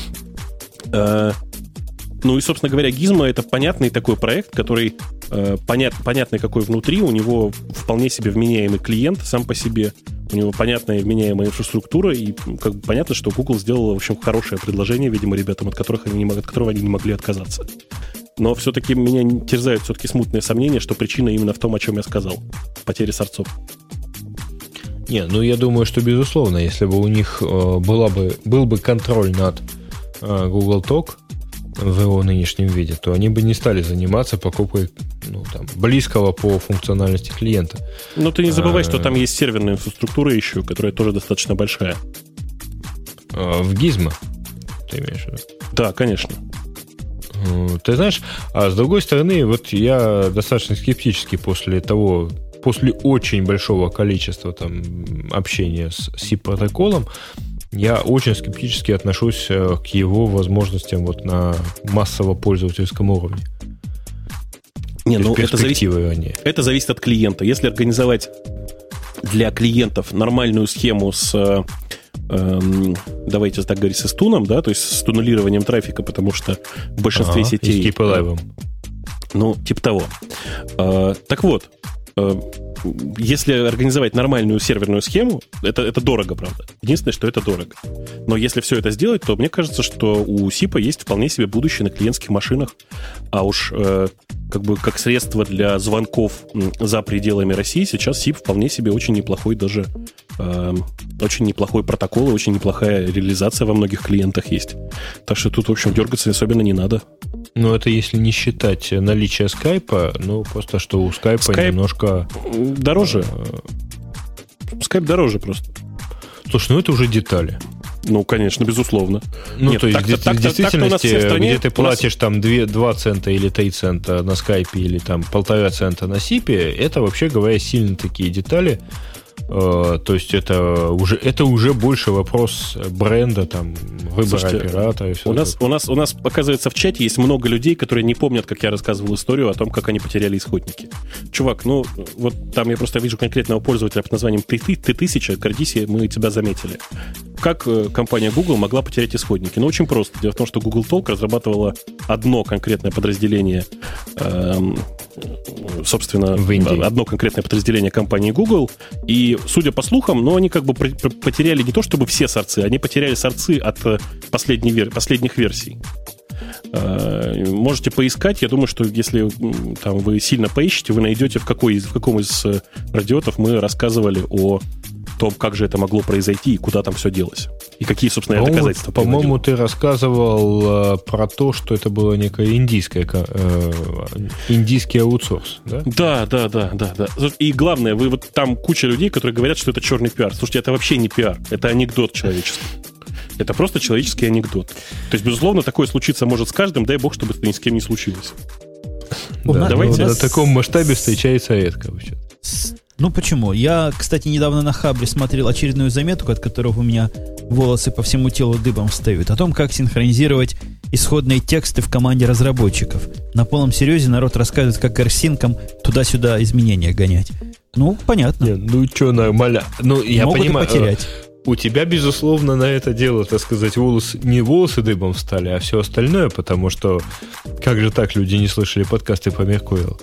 Ну и, собственно говоря, Gizmo — это понятный такой проект, который понят, понятный какой внутри, у него вполне себе вменяемый клиент сам по себе, у него понятная вменяемая инфраструктура, и как бы понятно, что Google сделала, в общем, хорошее предложение, видимо, ребятам, от которых они не, от которого они не могли отказаться. Но все-таки меня терзают все-таки смутные сомнения, что причина именно в том, о чем я сказал — потере сорцов. Не, ну я думаю, что безусловно, если бы у них э, была бы, был бы контроль над э, Google Talk, в его нынешнем виде, то они бы не стали заниматься покупкой ну, там, близкого по функциональности клиента. Но ты не забывай, а, что там есть серверная инфраструктура еще, которая тоже достаточно большая. В Gizmo ты имеешь в виду? Да, конечно. Ты знаешь, а с другой стороны, вот я достаточно скептически после того, после очень большого количества там, общения с сип-протоколом, я очень скептически отношусь к его возможностям вот на массово-пользовательском уровне. Не, ну это зависит, это зависит от клиента. Если организовать для клиентов нормальную схему с... давайте так говорить, со стуном, да, то есть с туннелированием трафика, потому что в большинстве ага, сетей... И с Keep Ну, типа того. А, так вот, а, если организовать нормальную серверную схему, это, это дорого, правда. Единственное, что это дорого. Но если все это сделать, то мне кажется, что у сипа есть вполне себе будущее на клиентских машинах. А уж э, как бы как средство для звонков за пределами России сейчас сип вполне себе очень неплохой даже... Э, очень неплохой протокол и очень неплохая реализация во многих клиентах есть. Так что тут, в общем, дергаться особенно не надо. Ну, это если не считать наличие скайпа, ну, просто что у скайпа Skype немножко... Дороже. Скайп дороже просто. Слушай, ну это уже детали. Ну, конечно, безусловно. Ну, Нет, то есть, так, в действительности, так, стране, где ты платишь нас... там два цента или три цента на скайпе или там полтора цента на сипе, это, вообще говоря, сильно такие детали. Uh, то есть это уже, это уже больше вопрос бренда, там, выбора Слушайте, оператора. И все у, нас, у, нас, у нас, оказывается, в чате есть много людей, которые не помнят, как я рассказывал историю о том, как они потеряли исходники. Чувак, ну, вот там я просто вижу конкретного пользователя под названием Т тысяча, гордись, мы тебя заметили. Как компания Google могла потерять исходники? Ну, очень просто. Дело в том, что Google Talk разрабатывала одно конкретное подразделение, эм, собственно, одно конкретное подразделение компании Google, и, судя по слухам, ну, они как бы потеряли не то чтобы все сорцы, они потеряли сорцы от последней вер... последних версий. Можете поискать. Я думаю, что если там, вы сильно поищете, вы найдете, в, какой, в каком из радиотов мы рассказывали о том, как же это могло произойти и куда там все делось. И какие, собственно, по-моему, доказательства По-моему, ты рассказывал э, про то, что это было некое индийское, э, индийский аутсорс, да? Да, да, да, да, да. И главное, вы вот там куча людей, которые говорят, что это черный пиар. Слушайте, это вообще не пиар, это анекдот человеческий. Это просто человеческий анекдот. То есть, безусловно, такое случиться может с каждым, дай бог, чтобы это ни с кем не случилось. Да, давайте. На таком масштабе встречается редко вообще. Ну почему? Я, кстати, недавно на Хабре смотрел очередную заметку, от которой у меня волосы по всему телу дыбом встают, о том, как синхронизировать исходные тексты в команде разработчиков. На полном серьезе народ рассказывает, как арсинкам туда-сюда изменения гонять. Ну, понятно. Нет, ну что, нормально. Ну, я Могут понимаю, и потерять. У тебя, безусловно, на это дело, так сказать, волосы, не волосы дыбом встали, а все остальное, потому что как же так люди не слышали подкасты по Меркурию?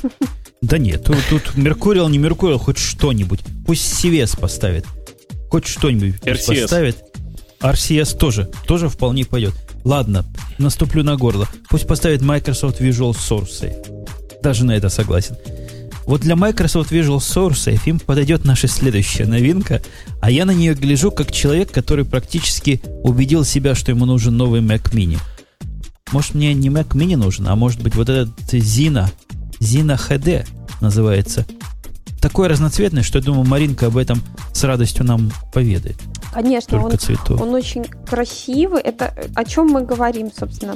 Да нет, тут, тут Меркурил, не Меркурил, хоть что-нибудь. Пусть си ви эс поставит. Хоть что-нибудь эр си эс поставит. ар си эс тоже, тоже вполне пойдет. Ладно, наступлю на горло. Пусть поставит Microsoft Visual Source. Даже на это согласен. Вот для Microsoft Visual Source им подойдет наша следующая новинка, а я на нее гляжу как человек, который практически убедил себя, что ему нужен новый Mac Mini. Может, мне не Mac Mini нужен, а может быть вот этот Zina, Zina эйч ди называется. Такой разноцветный, что я думаю, Маринка об этом с радостью нам поведает. Конечно, он, он очень красивый. Это о чем мы говорим, собственно?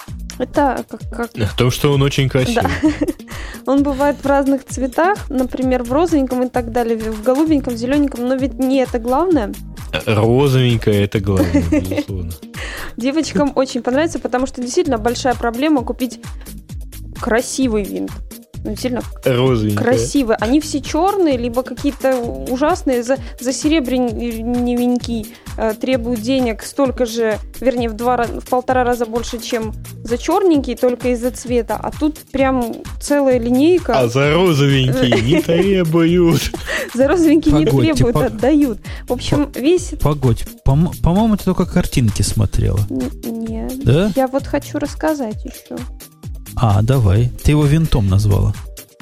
Это как, как... О том, что он очень красивый. Да. Он бывает в разных цветах, например, в розовеньком и так далее, в голубеньком, в зелененьком, но ведь не это главное. Розовенькое — это главное, безусловно. Девочкам очень понравится, потому что действительно большая проблема купить красивый винт. Ну, действительно красивые. Они все черные, либо какие-то ужасные, за, за серебряненький э, требуют денег столько же, вернее, в, два, в полтора раза больше, чем за черненький, только из-за цвета. А тут прям целая линейка. А за розовенький не требуют. За розовенький не требуют, отдают. В общем, весь... Погодь, по-моему, ты только картинки смотрела. Нет. Да? Я вот хочу рассказать еще. А, давай. Ты его винтом назвала.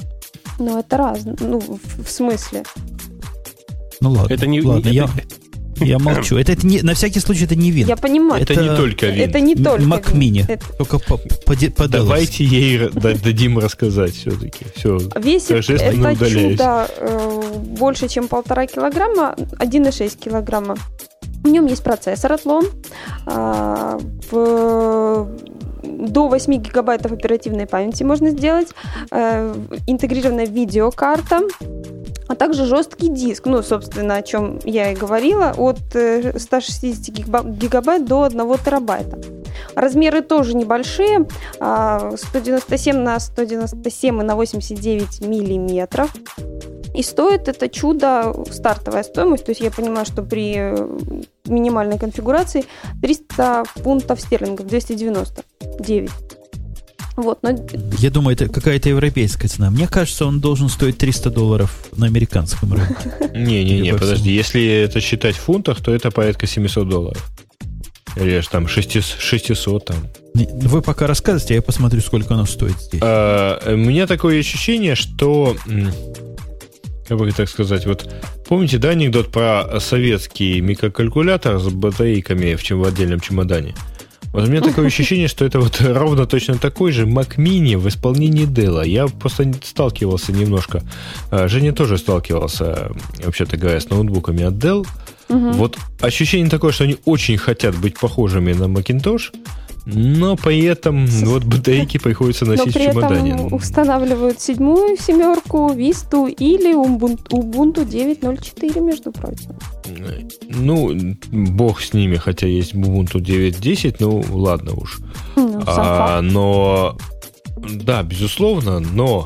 Ну, это разно. Ну, в, в смысле? Ну, ладно. Это не, ладно, это, я... Я молчу. Это, это не, на всякий случай это не Вин. Я понимаю. Это, это не только Вин. Это не только Mac Mini. Это... Только по, по, по Давайте ей дадим рассказать все-таки. Все. Весит это чудо э, больше, чем полтора килограмма, один и шесть килограмма. В нем есть процессор Athlon, э, в, до восемь гигабайтов оперативной памяти можно сделать, э, интегрированная видеокарта, а также жесткий диск, ну, собственно, о чем я и говорила, от ста шестидесяти гигабайт до одного терабайта. Размеры тоже небольшие, сто девяносто семь на сто девяносто семь и на восемьдесят девять миллиметров. И стоит это чудо, стартовая стоимость, то есть я понимаю, что при минимальной конфигурации триста фунтов стерлингов, двести девяносто девять. Вот, но... Я думаю, это какая-то европейская цена. Мне кажется, он должен стоить триста долларов на американском рынке. Не-не-не, подожди. Если это считать в фунтах, то это порядка семьсот долларов. Или там шестьсот там. Вы пока рассказывайте, а я посмотрю, сколько оно стоит здесь. А, у меня такое ощущение, что... Как бы так сказать, вот помните, да, анекдот про советский микрокалькулятор с батарейками в, чем, в отдельном чемодане? Вот у меня такое ощущение, что это вот ровно точно такой же Mac Mini в исполнении Dell. Я просто сталкивался немножко. Женя тоже сталкивался, вообще-то говоря, с ноутбуками от Dell. Угу. Вот ощущение такое, что они очень хотят быть похожими на Macintosh, но при этом вот батарейки приходится носить в чемодане. Но при этом устанавливают седьмую семерку, Висту или Ubuntu девять ноль четыре, между прочим. Ну, бог с ними, хотя есть Ubuntu девять десять, ну, ладно уж. Ну, а, но, да, безусловно, но...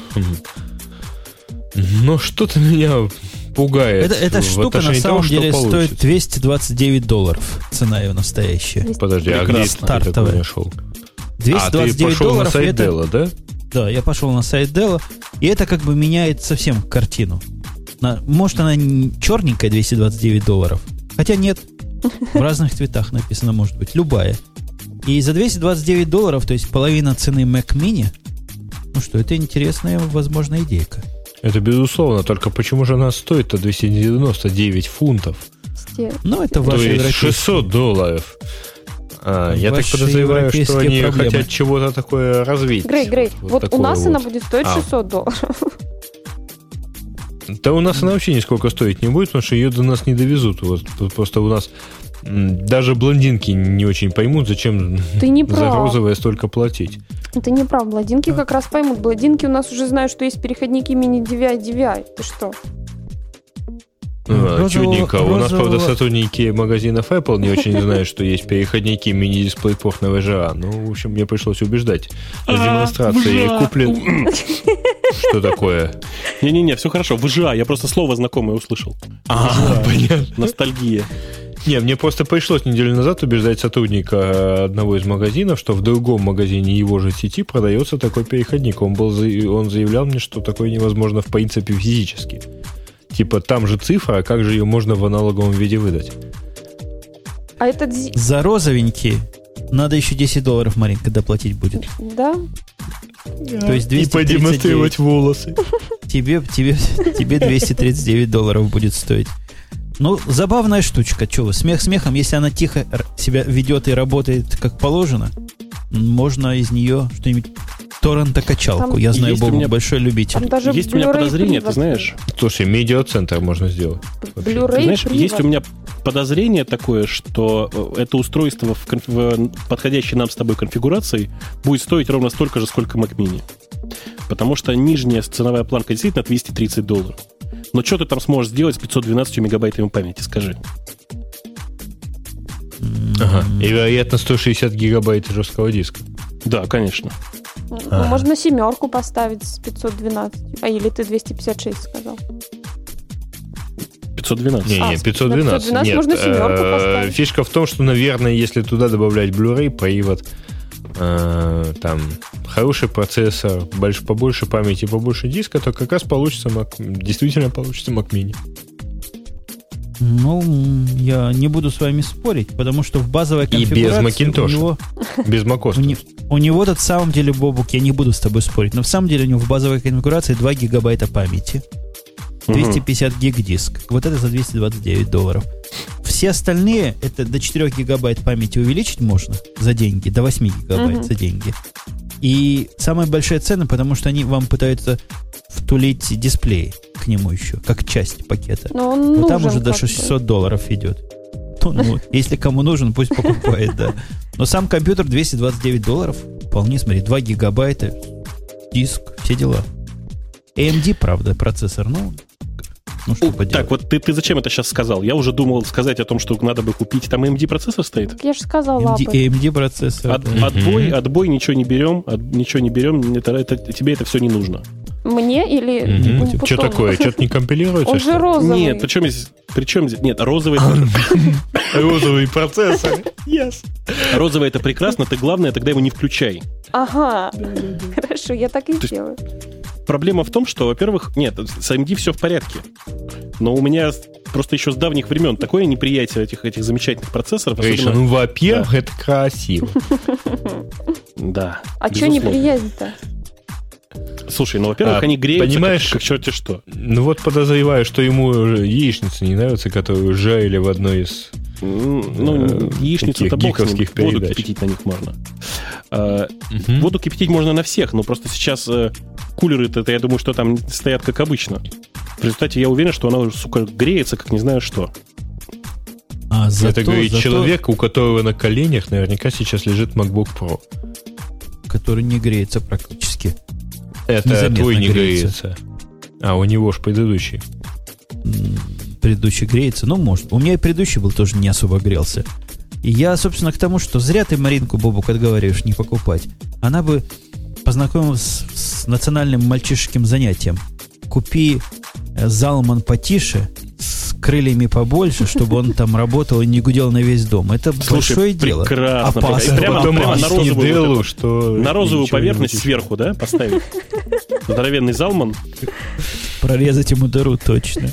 Но что-то меня... пугает. Это, эта штука на самом того, деле стоит двести двадцать девять долларов. Цена ее настоящая. Подожди, а где стартовая? Ты нашел? двести двадцать девять а, ты пошел долларов, на сайт это... Dell, да? Да, я пошел на сайт Dell, и это как бы меняет совсем картину. На... Может, она черненькая, двести двадцать девять долларов. Хотя нет. В разных цветах написано, может быть. Любая. И за двести двадцать девять долларов, то есть половина цены Mac Mini, ну что, это интересная, возможно, идейка. Это безусловно, только почему же она стоит-то двести девяносто девять фунтов? Ну, это ваши То есть шестьсот долларов. А, я так подозреваю, что они проблемы. хотят чего-то такое развить. Грей, Грей, вот, вот у нас вот. она будет стоить а. шестьсот долларов. Да у нас она вообще нисколько стоить не будет, потому что ее до нас не довезут. Вот, просто у нас даже блондинки не очень поймут, зачем за розовое столько платить. Это неправда. Блондинки а. как раз поймут. Блондинки у нас уже знают, что есть переходники мини-ди ви ай ди ви ай. Ты что? А, чудненько. У нас, правда, сотрудники магазинов Apple не очень знают, что есть переходники мини-дисплейпорт на ви джи эй. Ну, в общем, мне пришлось убеждать с демонстрацией куплен... Что такое? Не-не-не, все хорошо. ви джи эй. Я просто слово знакомое услышал. А, понятно. Ностальгия. Не, мне просто пришлось неделю назад убеждать сотрудника одного из магазинов, что в другом магазине его же сети продается такой переходник. Он, был, он заявлял мне, что такое невозможно в принципе физически. Типа там же цифра, а как же ее можно в аналоговом виде выдать? А этот... За розовенький надо еще десять долларов, Маринка, доплатить будет. Да. То есть двести тридцать девять. И подемонстрировать волосы. Тебе, тебе, тебе двести тридцать девять долларов будет стоить. Ну, забавная штучка. Че вы, смех смехом. Если она тихо себя ведет и работает как положено, можно из нее что-нибудь... Торрентокачалку. Я знаю, Бог меня... большой любитель. Есть у меня подозрение, ты знаешь... Слушай, медиацентр можно сделать. Знаешь, есть у меня подозрение такое, что это устройство в, конф... в подходящей нам с тобой конфигурации будет стоить ровно столько же, сколько Mac Mini. Потому что нижняя ценовая планка действительно двести тридцать долларов. Но что ты там сможешь сделать с пятьсот двенадцать мегабайтами памяти, скажи? Ага. И, вероятно, сто шестьдесят гигабайт жесткого диска. Да, конечно. А. Можно семерку поставить с пятьсот двенадцать. А или ты двести пятьдесят шесть сказал? пятьсот двенадцать. Не, не, пятьсот двенадцать. пятьсот двенадцать Нет, можно семерку поставить. Фишка в том, что, наверное, если туда добавлять Blu-ray, привод, э, там, хороший процессор, больше, побольше памяти, побольше диска, то как раз получится Mac, действительно получится Mac Mini. Ну, я не буду с вами спорить, потому что в базовой конфигурации... И без Macintosh, у него, без macOS. У, не, у него на самом деле, Бобук, я не буду с тобой спорить, но в самом деле у него в базовой конфигурации два гигабайта памяти, двести пятьдесят гиг диск. Вот это за двести двадцать девять долларов. В все остальные, это до четыре гигабайт памяти увеличить можно за деньги, до восемь гигабайт uh-huh. за деньги. И самая большая цена, потому что они вам пытаются втулить дисплей к нему еще, как часть пакета. Но он вот нужен, там уже до шестьсот долларов идет. Ну, ну, если кому нужен, пусть покупает, да. Но сам компьютер двести двадцать девять долларов. Вполне, смотри, два гигабайта, диск, все дела. эй эм ди, правда, процессор, ну, ну что поделать. Так, вот ты, ты зачем это сейчас сказал? Я уже думал сказать о том, что надо бы купить. Там эй эм ди процессор стоит? Так я же сказала. эй эм ди процессор. От, да. Отбой, отбой, ничего не берем, от, ничего не берем, это, это, тебе это все не нужно. Мне или... Mm-hmm. Что такое? Что-то не компилируется? Он же розовый. Нет, причем здесь... Причем здесь... Нет, розовый... Розовый процессор. Yes. Розовый это прекрасно, ты главное тогда его не включай. Ага. Хорошо, я так и сделаю. Проблема в том, что, во-первых, нет, с эй эм ди все в порядке. Но у меня просто еще с давних времен такое неприятие этих, этих замечательных процессоров. Гриша, особенно... ну, во-первых, да. Это красиво. Да. А что неприязнь-то? Слушай, ну, во-первых, а, они греются, понимаешь, как, как черти что. Ну, вот подозреваю, что ему яичница не нравится, которую жарили в одной из Ну, э, яичницу-то бог с ним, воду кипятить на них можно. А, угу. Воду кипятить можно на всех, но просто сейчас э, кулеры-то, я думаю, что там стоят как обычно. В результате я уверен, что она уже, сука, греется, как не знаю что. А зато, это говорит зато... человек, у которого на коленях наверняка сейчас лежит MacBook Pro. Который не греется практически. Это незаметно твой не греется. греется. А у него ж предыдущий. Предыдущий греется? Ну, может. У меня и предыдущий был тоже не особо грелся. И я, собственно, к тому, что зря ты Маринку, Бобук, отговариваешь не покупать. Она бы познакомилась с, с национальным мальчишеским занятием. Купи Залман потише, с крыльями побольше, чтобы он там работал и не гудел на весь дом. Это Слушай, большое дело. Прекрасно. Опасно. Прямо, прямо, прямо на розовую, делу, вот что на розовую поверхность сверху, да, поставить? Здоровенный Залман. Прорезать ему дыру точно.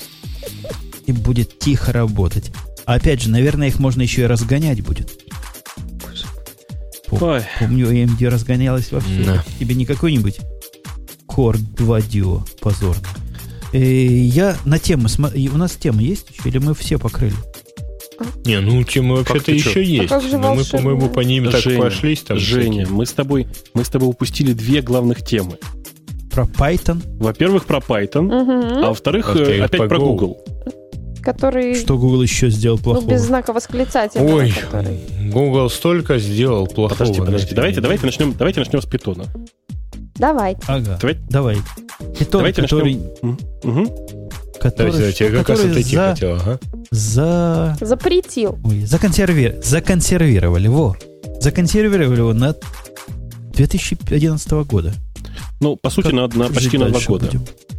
И будет тихо работать. А опять же, наверное, их можно еще и разгонять будет. Ой. Помню, эй эм ди разгонялась вовсю. Да. Тебе не какой-нибудь Core два Duo позорно. Я на тему... У нас тема есть еще? Или мы все покрыли? Не, ну темы вообще-то еще что? Есть. А но мы, по-моему, по ним так Женя, прошлись. Там Женя, мы с, тобой, мы с тобой упустили две главных темы. Про Python? Во-первых, про Python. Угу. А во-вторых, во-вторых опять про Google. Который... Что Google еще сделал плохого? Ну, без знака восклицательного. Ой, который... Google столько сделал плохого. Подожди, подожди. Давайте, давайте, начнем, давайте начнем с Python. Давайте. Ага, давай. давай. Python, давайте который... начнем. Угу. Который, давайте, я как раз отойти за... хотел. Ага. За... Запретил. Ой, законсерви... Законсервировали. Во. Законсервировали его на две тысячи одиннадцатого года. Ну, по сути, на, на почти на два года.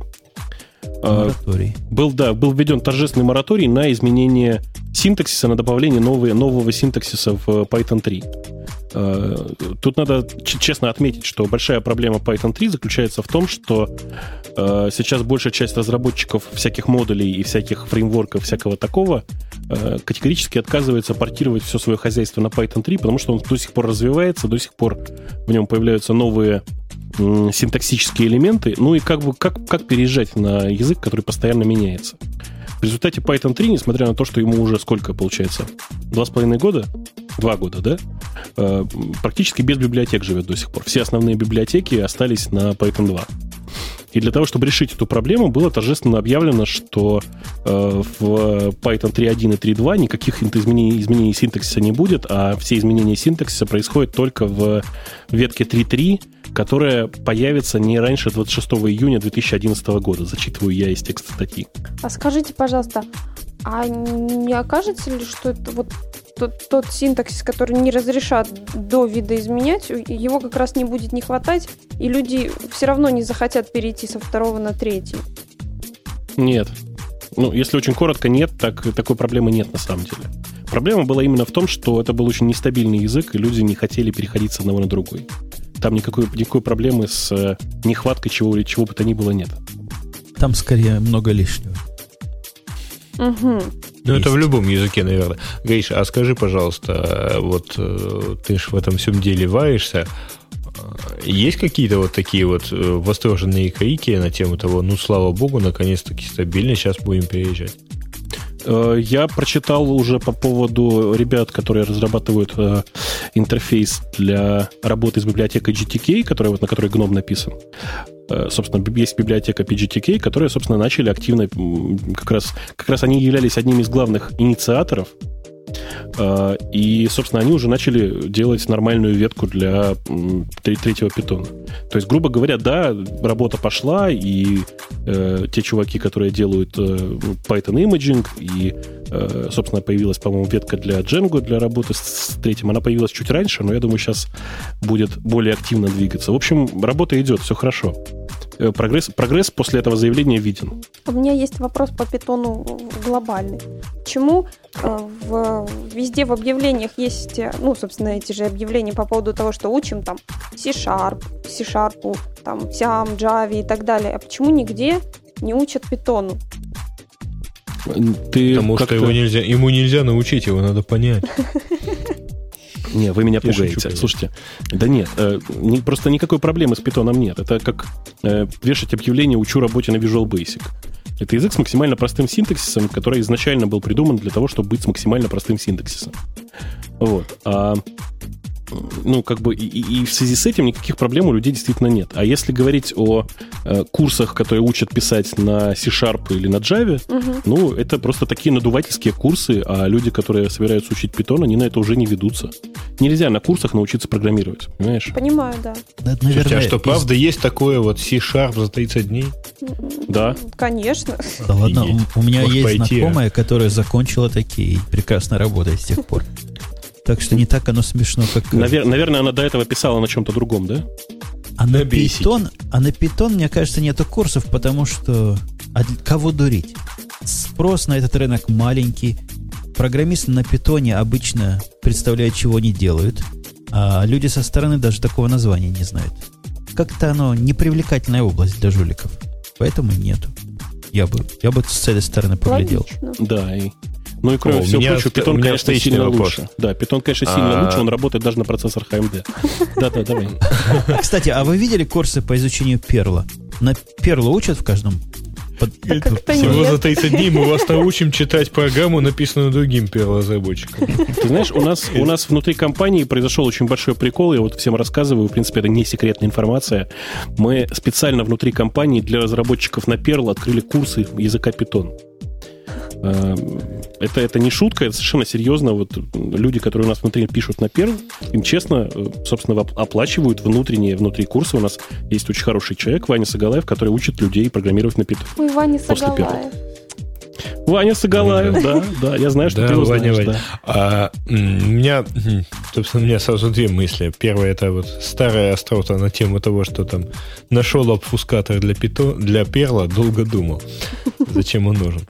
А, был, да, был введен торжественный мораторий на изменение синтаксиса, на добавление новые, нового синтаксиса в Python три. А, тут надо ч- честно отметить, что большая проблема Python три заключается в том, что а, сейчас большая часть разработчиков всяких модулей и всяких фреймворков, всякого такого, а, категорически отказывается портировать все свое хозяйство на Python три, потому что он до сих пор развивается, до сих пор в нем появляются новые синтаксические элементы, ну и как бы как, как переезжать на язык, который постоянно меняется. В результате Python три, несмотря на то, что ему уже сколько получается? Два с половиной года? Два года, да? Э, практически без библиотек живет до сих пор. Все основные библиотеки остались на Python два. И для того, чтобы решить эту проблему, было торжественно объявлено, что э, в Python три точка один и три точка два никаких изменений, изменений синтаксиса не будет, а все изменения синтаксиса происходят только в ветке три точка три, которая появится не раньше двадцать шестого июня две тысячи одиннадцатого года. Зачитываю я из текста статьи. А скажите, пожалуйста, а не окажется ли, что это вот тот, тот синтаксис, который не разрешат до видоизменять, его как раз не будет не хватать, и люди все равно не захотят перейти со второго на третий? Нет. Ну, если очень коротко, нет, так, такой проблемы нет на самом деле. Проблема была именно в том, что это был очень нестабильный язык, и люди не хотели переходить с одного на другой. Там никакой, никакой проблемы с нехваткой чего или чего бы то ни было нет. Там скорее много лишнего. Угу. Ну, это в любом языке, наверное. Гриша, а скажи, пожалуйста, вот ты ж в этом всем деле варишься. Есть какие-то вот такие вот восторженные крики на тему того, ну, слава богу, наконец-таки стабильно, сейчас будем переезжать? Я прочитал уже по поводу ребят, которые разрабатывают э, интерфейс для работы с библиотекой джи ти кей, которая, вот, на которой гном написан. Э, собственно, есть библиотека пи джи ти кей, которые, собственно, начали активно, как раз, как раз они являлись одним из главных инициаторов. Uh, и, собственно, они уже начали делать нормальную ветку для м, третьего питона. То есть, грубо говоря, да, работа пошла, и э, те чуваки, которые делают э, Python Imaging, и, э, собственно, появилась, по-моему, ветка для Django для работы с, с третьим. Она появилась чуть раньше, но я думаю, сейчас будет более активно двигаться. В общем, работа идет, все хорошо. Прогресс, прогресс после этого заявления виден. У меня есть вопрос по питону глобальный. Почему э, в, везде в объявлениях есть, ну, собственно, эти же объявления по поводу того, что учим там C-Sharp, C-Sharp, там, Siam, Java и так далее, а почему нигде не учат питону? Ты Потому что его нельзя, ему нельзя научить, его надо понять. Не, вы меня я пугаете. Шучу, слушайте, да нет, э, не, просто никакой проблемы с питоном нет. Это как э, вешать объявление «Учу работе на Visual Basic». Это язык с максимально простым синтаксисом, который изначально был придуман для того, чтобы быть с максимально простым синтаксисом. Вот. А, ну, как бы, и, и в связи с этим никаких проблем у людей действительно нет. А если говорить о э, курсах, которые учат писать на C-Sharp или на Java, угу. ну, это просто такие надувательские курсы, а люди, которые собираются учить Python, они на это уже не ведутся. Нельзя на курсах научиться программировать, понимаешь? Понимаю, да. да наверное, Слушайте, а что, из... правда, есть такое вот C-Sharp за тридцать дней? Да. Конечно. Да ладно, у, у меня Может, есть пойти, знакомая, а? которая закончила такие и прекрасно работает с тех пор. Так что не так оно смешно, как... Навер- наверное, она до этого писала на чем-то другом, да? А на Python, а на Python, мне кажется, нету курсов, потому что... А кого дурить? Спрос на этот рынок маленький. Программисты на Python обычно представляют, чего они делают. А люди со стороны даже такого названия не знают. Как-то оно непривлекательная область для жуликов. Поэтому нету. Я бы, я бы с этой стороны поглядел. Логично. Да, и... Ну и кроме О, всего прочего, Python, конечно, сильно вопрос. лучше. Да, Python, конечно, сильно а... лучше, он работает даже на процессорах эй эм ди. Да-да, давай. Кстати, а вы видели курсы по изучению Perl? На Perl учат в каждом? Всего за тридцать дней мы вас научим читать программу, написанную другим Perl-разработчиком. Ты знаешь, у нас, у нас внутри компании произошел очень большой прикол, я вот всем рассказываю, в принципе, это не секретная информация. Мы специально внутри компании для разработчиков на Perl открыли курсы языка Python. Это, это не шутка, это совершенно серьезно. Вот люди, которые у нас внутри пишут на Perl, им честно, собственно, оплачивают внутренние внутри курсы. У нас есть очень хороший человек, Ваня Сагалаев, который учит людей программировать на Python. Ой, Ваня Сагалаев. Ваня Сагалаев, да, да, я знаю, что да, ты его Ваня, знаешь. Ваня. Да. А, у меня, собственно, у меня сразу две мысли. Первая — это вот старая острота на тему того, что там нашел обфускатор для Python, для Perl, долго думал, зачем он нужен.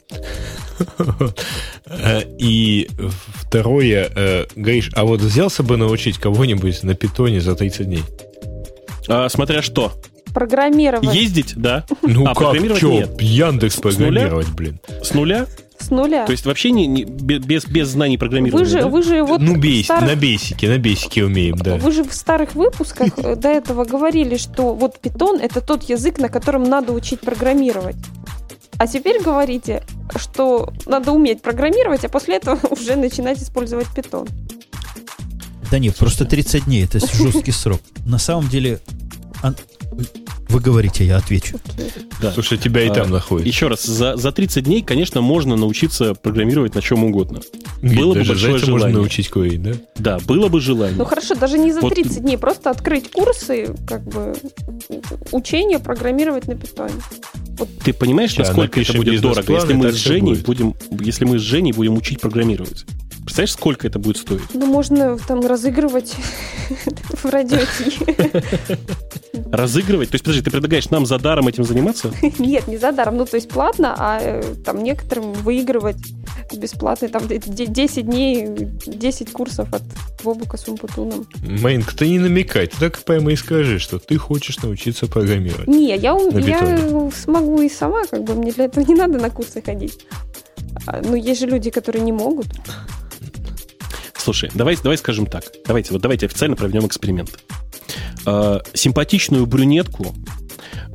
И второе, Гриш, а вот взялся бы научить кого-нибудь на Питоне за тридцать дней? А, смотря что. Программировать. Ездить, да. Ну а, как, что? Яндекс программировать, блин. С нуля? С нуля. То есть вообще не, не, без, без знаний программирования, вы же, да? Вы же вот ну, бейс, старых... на бейсике, на бейсике умеем, да. Вы же в старых выпусках до этого говорили, что вот Python — это тот язык, на котором надо учить программировать. А теперь говорите, что надо уметь программировать, а после этого уже начинать использовать Python. Да нет, просто тридцать дней, это жесткий срок. На самом деле, вы говорите, я отвечу. Да. Слушай, тебя и а, там находят. Еще раз, за, за тридцать дней, конечно, можно научиться программировать на чем угодно. Было Даже бы большое желание. Можно научить кое да? Да, было бы желание. Ну хорошо, даже не за тридцать вот. дней, просто открыть курсы, как бы, учения программировать на Python. Вот. Ты понимаешь, да, насколько это будет дорого, если мы, с Женей будем, если мы с Женей будем учить программировать? Представляешь, сколько это будет стоить? Ну, можно там разыгрывать в радио Ти. Разыгрывать? То есть, подожди, ты предлагаешь нам за даром этим заниматься? Нет, не за даром, ну, то есть платно, а там некоторым выигрывать бесплатно. Там десять дней, десять курсов от Бобука с Умпутуном. Маринка, ты не намекай, ты так прямо и скажи, что ты хочешь научиться программировать. Не, я, я смогу и сама, как бы, мне для этого не надо на курсы ходить. Ну, есть же люди, которые не могут. Слушай, давай, давай скажем так. Давайте, вот давайте официально проведем эксперимент. Э, симпатичную брюнетку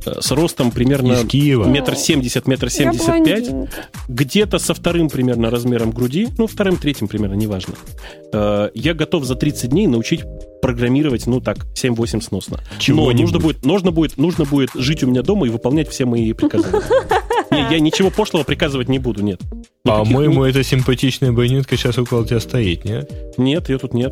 с ростом примерно Из Киева. метр семьдесят, метр семьдесят пять, где-то со вторым примерно размером груди, ну, вторым, третьим примерно, неважно. Я готов за тридцать дней научить программировать, ну, так, семь-восемь сносно. Но нужно будет, нужно, будет, нужно будет жить у меня дома и выполнять все мои приказания. Не, я ничего пошлого приказывать не буду, нет. По-моему, эта симпатичная байонетка сейчас около тебя стоит, нет? Нет, ее тут нет.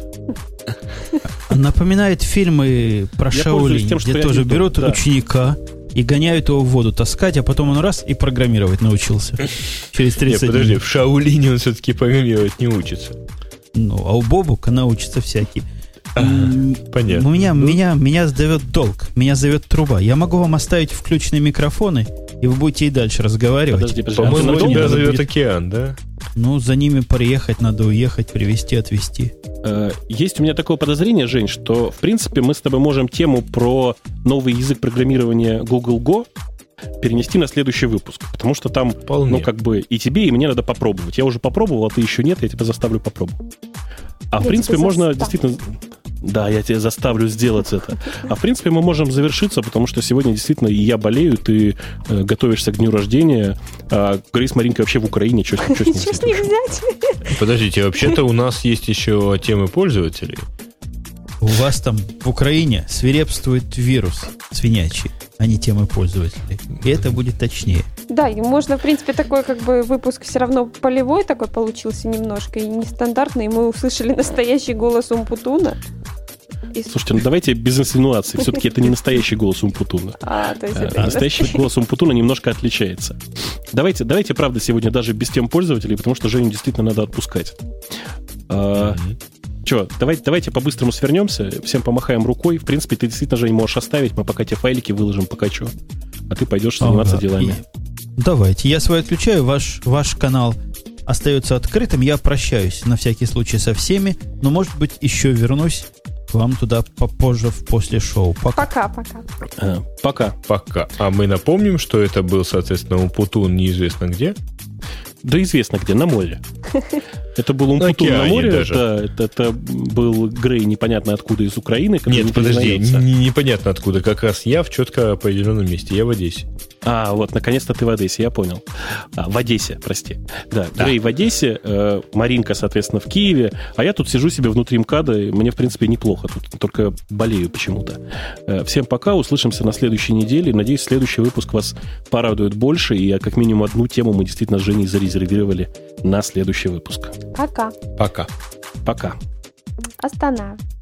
Напоминает фильмы про Шаолинь, где тоже берут ученика и гоняют его в воду таскать, а потом он раз и программировать научился. Через тридцать дней. Нет, подожди, в Шаолине он все-таки программировать не учится. Ну, а у Бобука научится всякий. Понятно. У меня, ну? меня, меня зовет долг, меня зовет труба. Я могу вам оставить включенные микрофоны, и вы будете и дальше разговаривать. Подожди, подожди. По-моему, а тебя зовет будет... океан, да? Ну, за ними приехать надо, уехать, привезти, отвезти. Есть у меня такое подозрение, Жень, что, в принципе, мы с тобой можем тему про новый язык программирования Google Go перенести на следующий выпуск, потому что там, Вполне. ну, как бы и тебе, и мне надо попробовать. Я уже попробовал, а ты еще нет, я тебя заставлю попробовать. А, я в принципе, можно заставлю. действительно... Да, я тебя заставлю сделать это. А в принципе мы можем завершиться, потому что сегодня действительно и я болею, ты э, готовишься к дню рождения, а Грейс Маринка вообще в Украине, что с ним взять? Подождите, вообще-то у нас есть еще темы пользователей. У вас там в Украине свирепствует вирус свинячий, а не темы пользователей. И это будет точнее. Да, и можно, в принципе, такой как бы выпуск все равно полевой такой получился немножко и нестандартный. Мы услышали настоящий голос Умпутуна. И... Слушайте, ну давайте без инсинуаций. Все-таки это не настоящий голос Умпутуна. А, то есть это настоящий голос Умпутуна немножко отличается. Давайте, давайте, правда, сегодня даже без тем пользователей, потому что Женю действительно надо отпускать. Mm-hmm. Че, давайте, давайте по-быстрому свернемся, всем помахаем рукой. В принципе, ты действительно, Жень, можешь оставить, мы пока тебе файлики выложим, пока что. А ты пойдешь заниматься ага. делами. И... Давайте, я свой отключаю, ваш, ваш канал остается открытым. Я прощаюсь на всякий случай со всеми, но, может быть, еще вернусь к вам туда попозже в после шоу. Пока. Пока, пока. А, пока. Пока. А мы напомним, что это был, соответственно, Умпутун неизвестно где. Да известно где, на море. Это был Умпутун на, на море, это, это, это был Грей непонятно откуда из Украины. Нет, не подожди, не, непонятно откуда. Как раз я в четко определенном месте, я в Одессе. А, вот, наконец-то ты в Одессе, я понял. А, в Одессе, прости. Да, да. Грей в Одессе, э, Маринка, соответственно, в Киеве, а я тут сижу себе внутри МКАДа, и мне, в принципе, неплохо, тут только болею почему-то. Э, всем пока, услышимся на следующей неделе. Надеюсь, следующий выпуск вас порадует больше, и как минимум одну тему мы действительно с Женей зарезервировали на следующий выпуск. Пока. Пока. Пока. Останавливай.